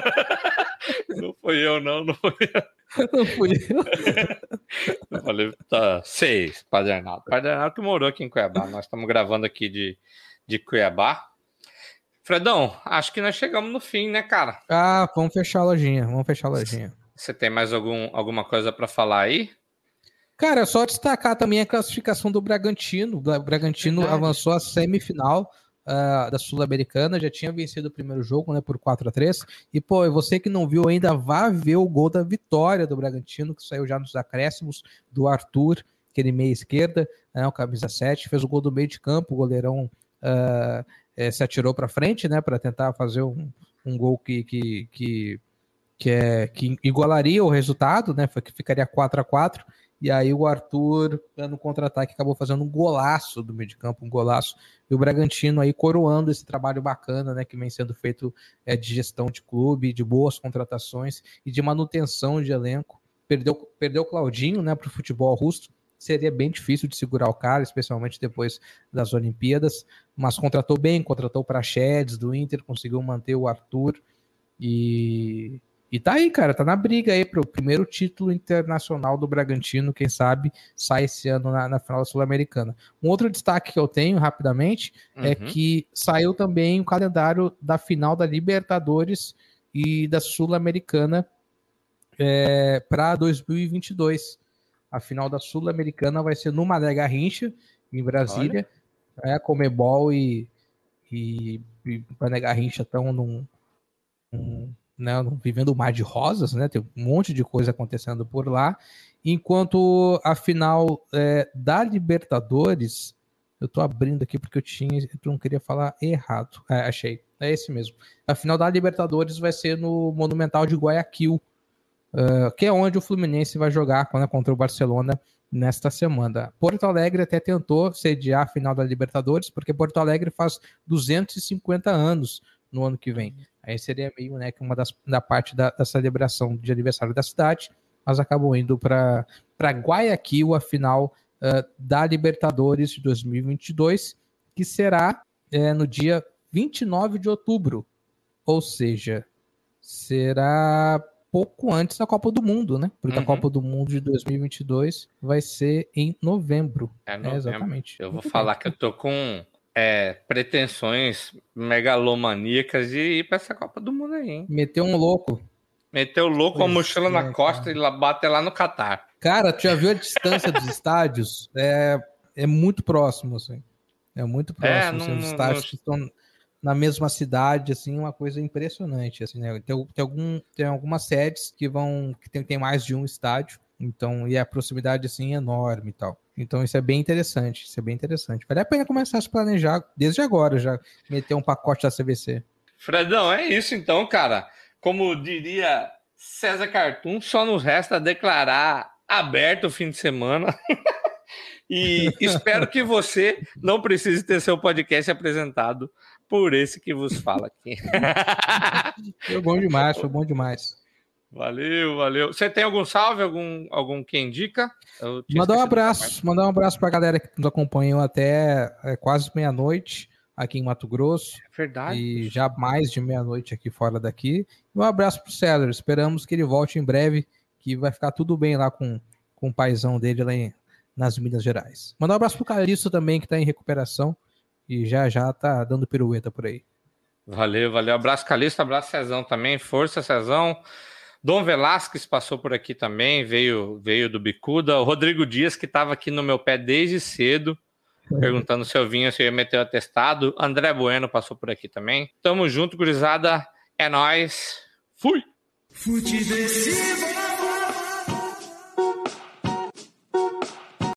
A: Não fui eu, não, não fui eu.
B: Não fui eu.
A: Eu falei, tá, seis, Padre Arnaldo. Padre Arnaldo que morou aqui em Cuiabá. Nós estamos gravando aqui de, de Cuiabá. Fredão, acho que nós chegamos no fim, né, cara?
B: Ah, vamos fechar a lojinha, vamos fechar a lojinha.
A: Você tem mais algum, alguma coisa para falar aí?
B: Cara, só destacar também a classificação do Bragantino. O Bragantino Verdade. avançou à semifinal uh, da Sul-Americana, já tinha vencido o primeiro jogo, né, por quatro a três. E, pô, você que não viu ainda, vá ver o gol da vitória do Bragantino, que saiu já nos acréscimos, do Arthur, aquele meia esquerda, né, o camisa sete, fez o gol do meio de campo, o goleirão uh, é, se atirou para frente, né, para tentar fazer um, um gol que... que, que que, é, que igualaria o resultado, né, que ficaria quatro a quatro, e aí o Arthur, no contra-ataque, acabou fazendo um golaço do meio de campo, um golaço, e o Bragantino aí coroando esse trabalho bacana, né, que vem sendo feito é, de gestão de clube, de boas contratações e de manutenção de elenco. Perdeu, perdeu o Claudinho, né, para o futebol russo, seria bem difícil de segurar o cara, especialmente depois das Olimpíadas, mas contratou bem, contratou o Praxedes do Inter, conseguiu manter o Arthur, e... E tá aí, cara, tá na briga aí pro primeiro título internacional do Bragantino, quem sabe sai esse ano na, na final da Sul-Americana. Um outro destaque que eu tenho, rapidamente, uhum. é que saiu também o calendário da final da Libertadores e da Sul-Americana é, para dois mil e vinte e dois. A final da Sul-Americana vai ser no Mané Garrincha, em Brasília. É, a Comebol e, e, e Mané Garrincha estão num... num né, vivendo um mar de rosas, né, tem um monte de coisa acontecendo por lá, enquanto a final é, da Libertadores, eu tô abrindo aqui porque eu tinha, eu não queria falar errado, é, achei, é esse mesmo, a final da Libertadores vai ser no Monumental de Guayaquil, uh, que é onde o Fluminense vai jogar, né, contra o Barcelona nesta semana. Porto Alegre até tentou sediar a final da Libertadores, porque Porto Alegre faz duzentos e cinquenta anos no ano que vem. Aí seria meio, né, que uma das, da parte da, da celebração de aniversário da cidade, mas acabou indo para Guayaquil, a final uh, da Libertadores de dois mil e vinte e dois, que será é, no dia vinte e nove de outubro, ou seja, será pouco antes da Copa do Mundo, né? Porque uhum. a Copa do Mundo de dois mil e vinte e dois vai ser em novembro.
A: É novembro. É,
B: exatamente.
A: Eu vou Muito falar bem. que eu tô com... É, pretensões megalomaníacas de ir para essa Copa do Mundo aí, hein?
B: Meteu um louco.
A: Meteu o louco, pois a mochila é, na costa cara. E lá, bate lá no Catar.
B: Cara, tu já viu a distância dos estádios? É, é muito próximo, assim. É muito próximo. É, assim, não, os estádios não... que estão na mesma cidade, assim, uma coisa impressionante, assim, né? Tem, tem, algum, tem algumas sedes que vão... que tem, tem mais de um estádio. Então, e a proximidade, assim, é enorme e tal. Então, isso é bem interessante. Isso é bem interessante. Vale a pena começar a se planejar desde agora, já meter um pacote da C V C.
A: Fredão, é isso então, cara. Como diria César Cartoon, só nos resta declarar aberto o fim de semana. E espero que você não precise ter seu podcast apresentado por esse que vos fala aqui.
B: Foi bom demais, foi bom demais.
A: Valeu, valeu. Você tem algum salve, algum, algum que indica?
B: Mandar um abraço, mandar um abraço para a galera que nos acompanhou até é, quase meia-noite aqui em Mato Grosso.
A: É verdade.
B: E já mais de meia-noite aqui fora daqui. E um abraço para o César. Esperamos que ele volte em breve, que vai ficar tudo bem lá com, com o paizão dele lá em, nas Minas Gerais. Mandar um abraço para o Calixto também, que está em recuperação e já já tá dando pirueta por aí.
A: Valeu, valeu. Abraço, Calixto. Abraço, Cezão também. Força, Cezão. Dom Velasquez passou por aqui também, veio, veio do Bicuda. O Rodrigo Dias, que estava aqui no meu pé desde cedo, perguntando se eu vinha, se eu ia meter o atestado. André Bueno passou por aqui também. Tamo junto, gurizada. É nóis. Fui! Futebol.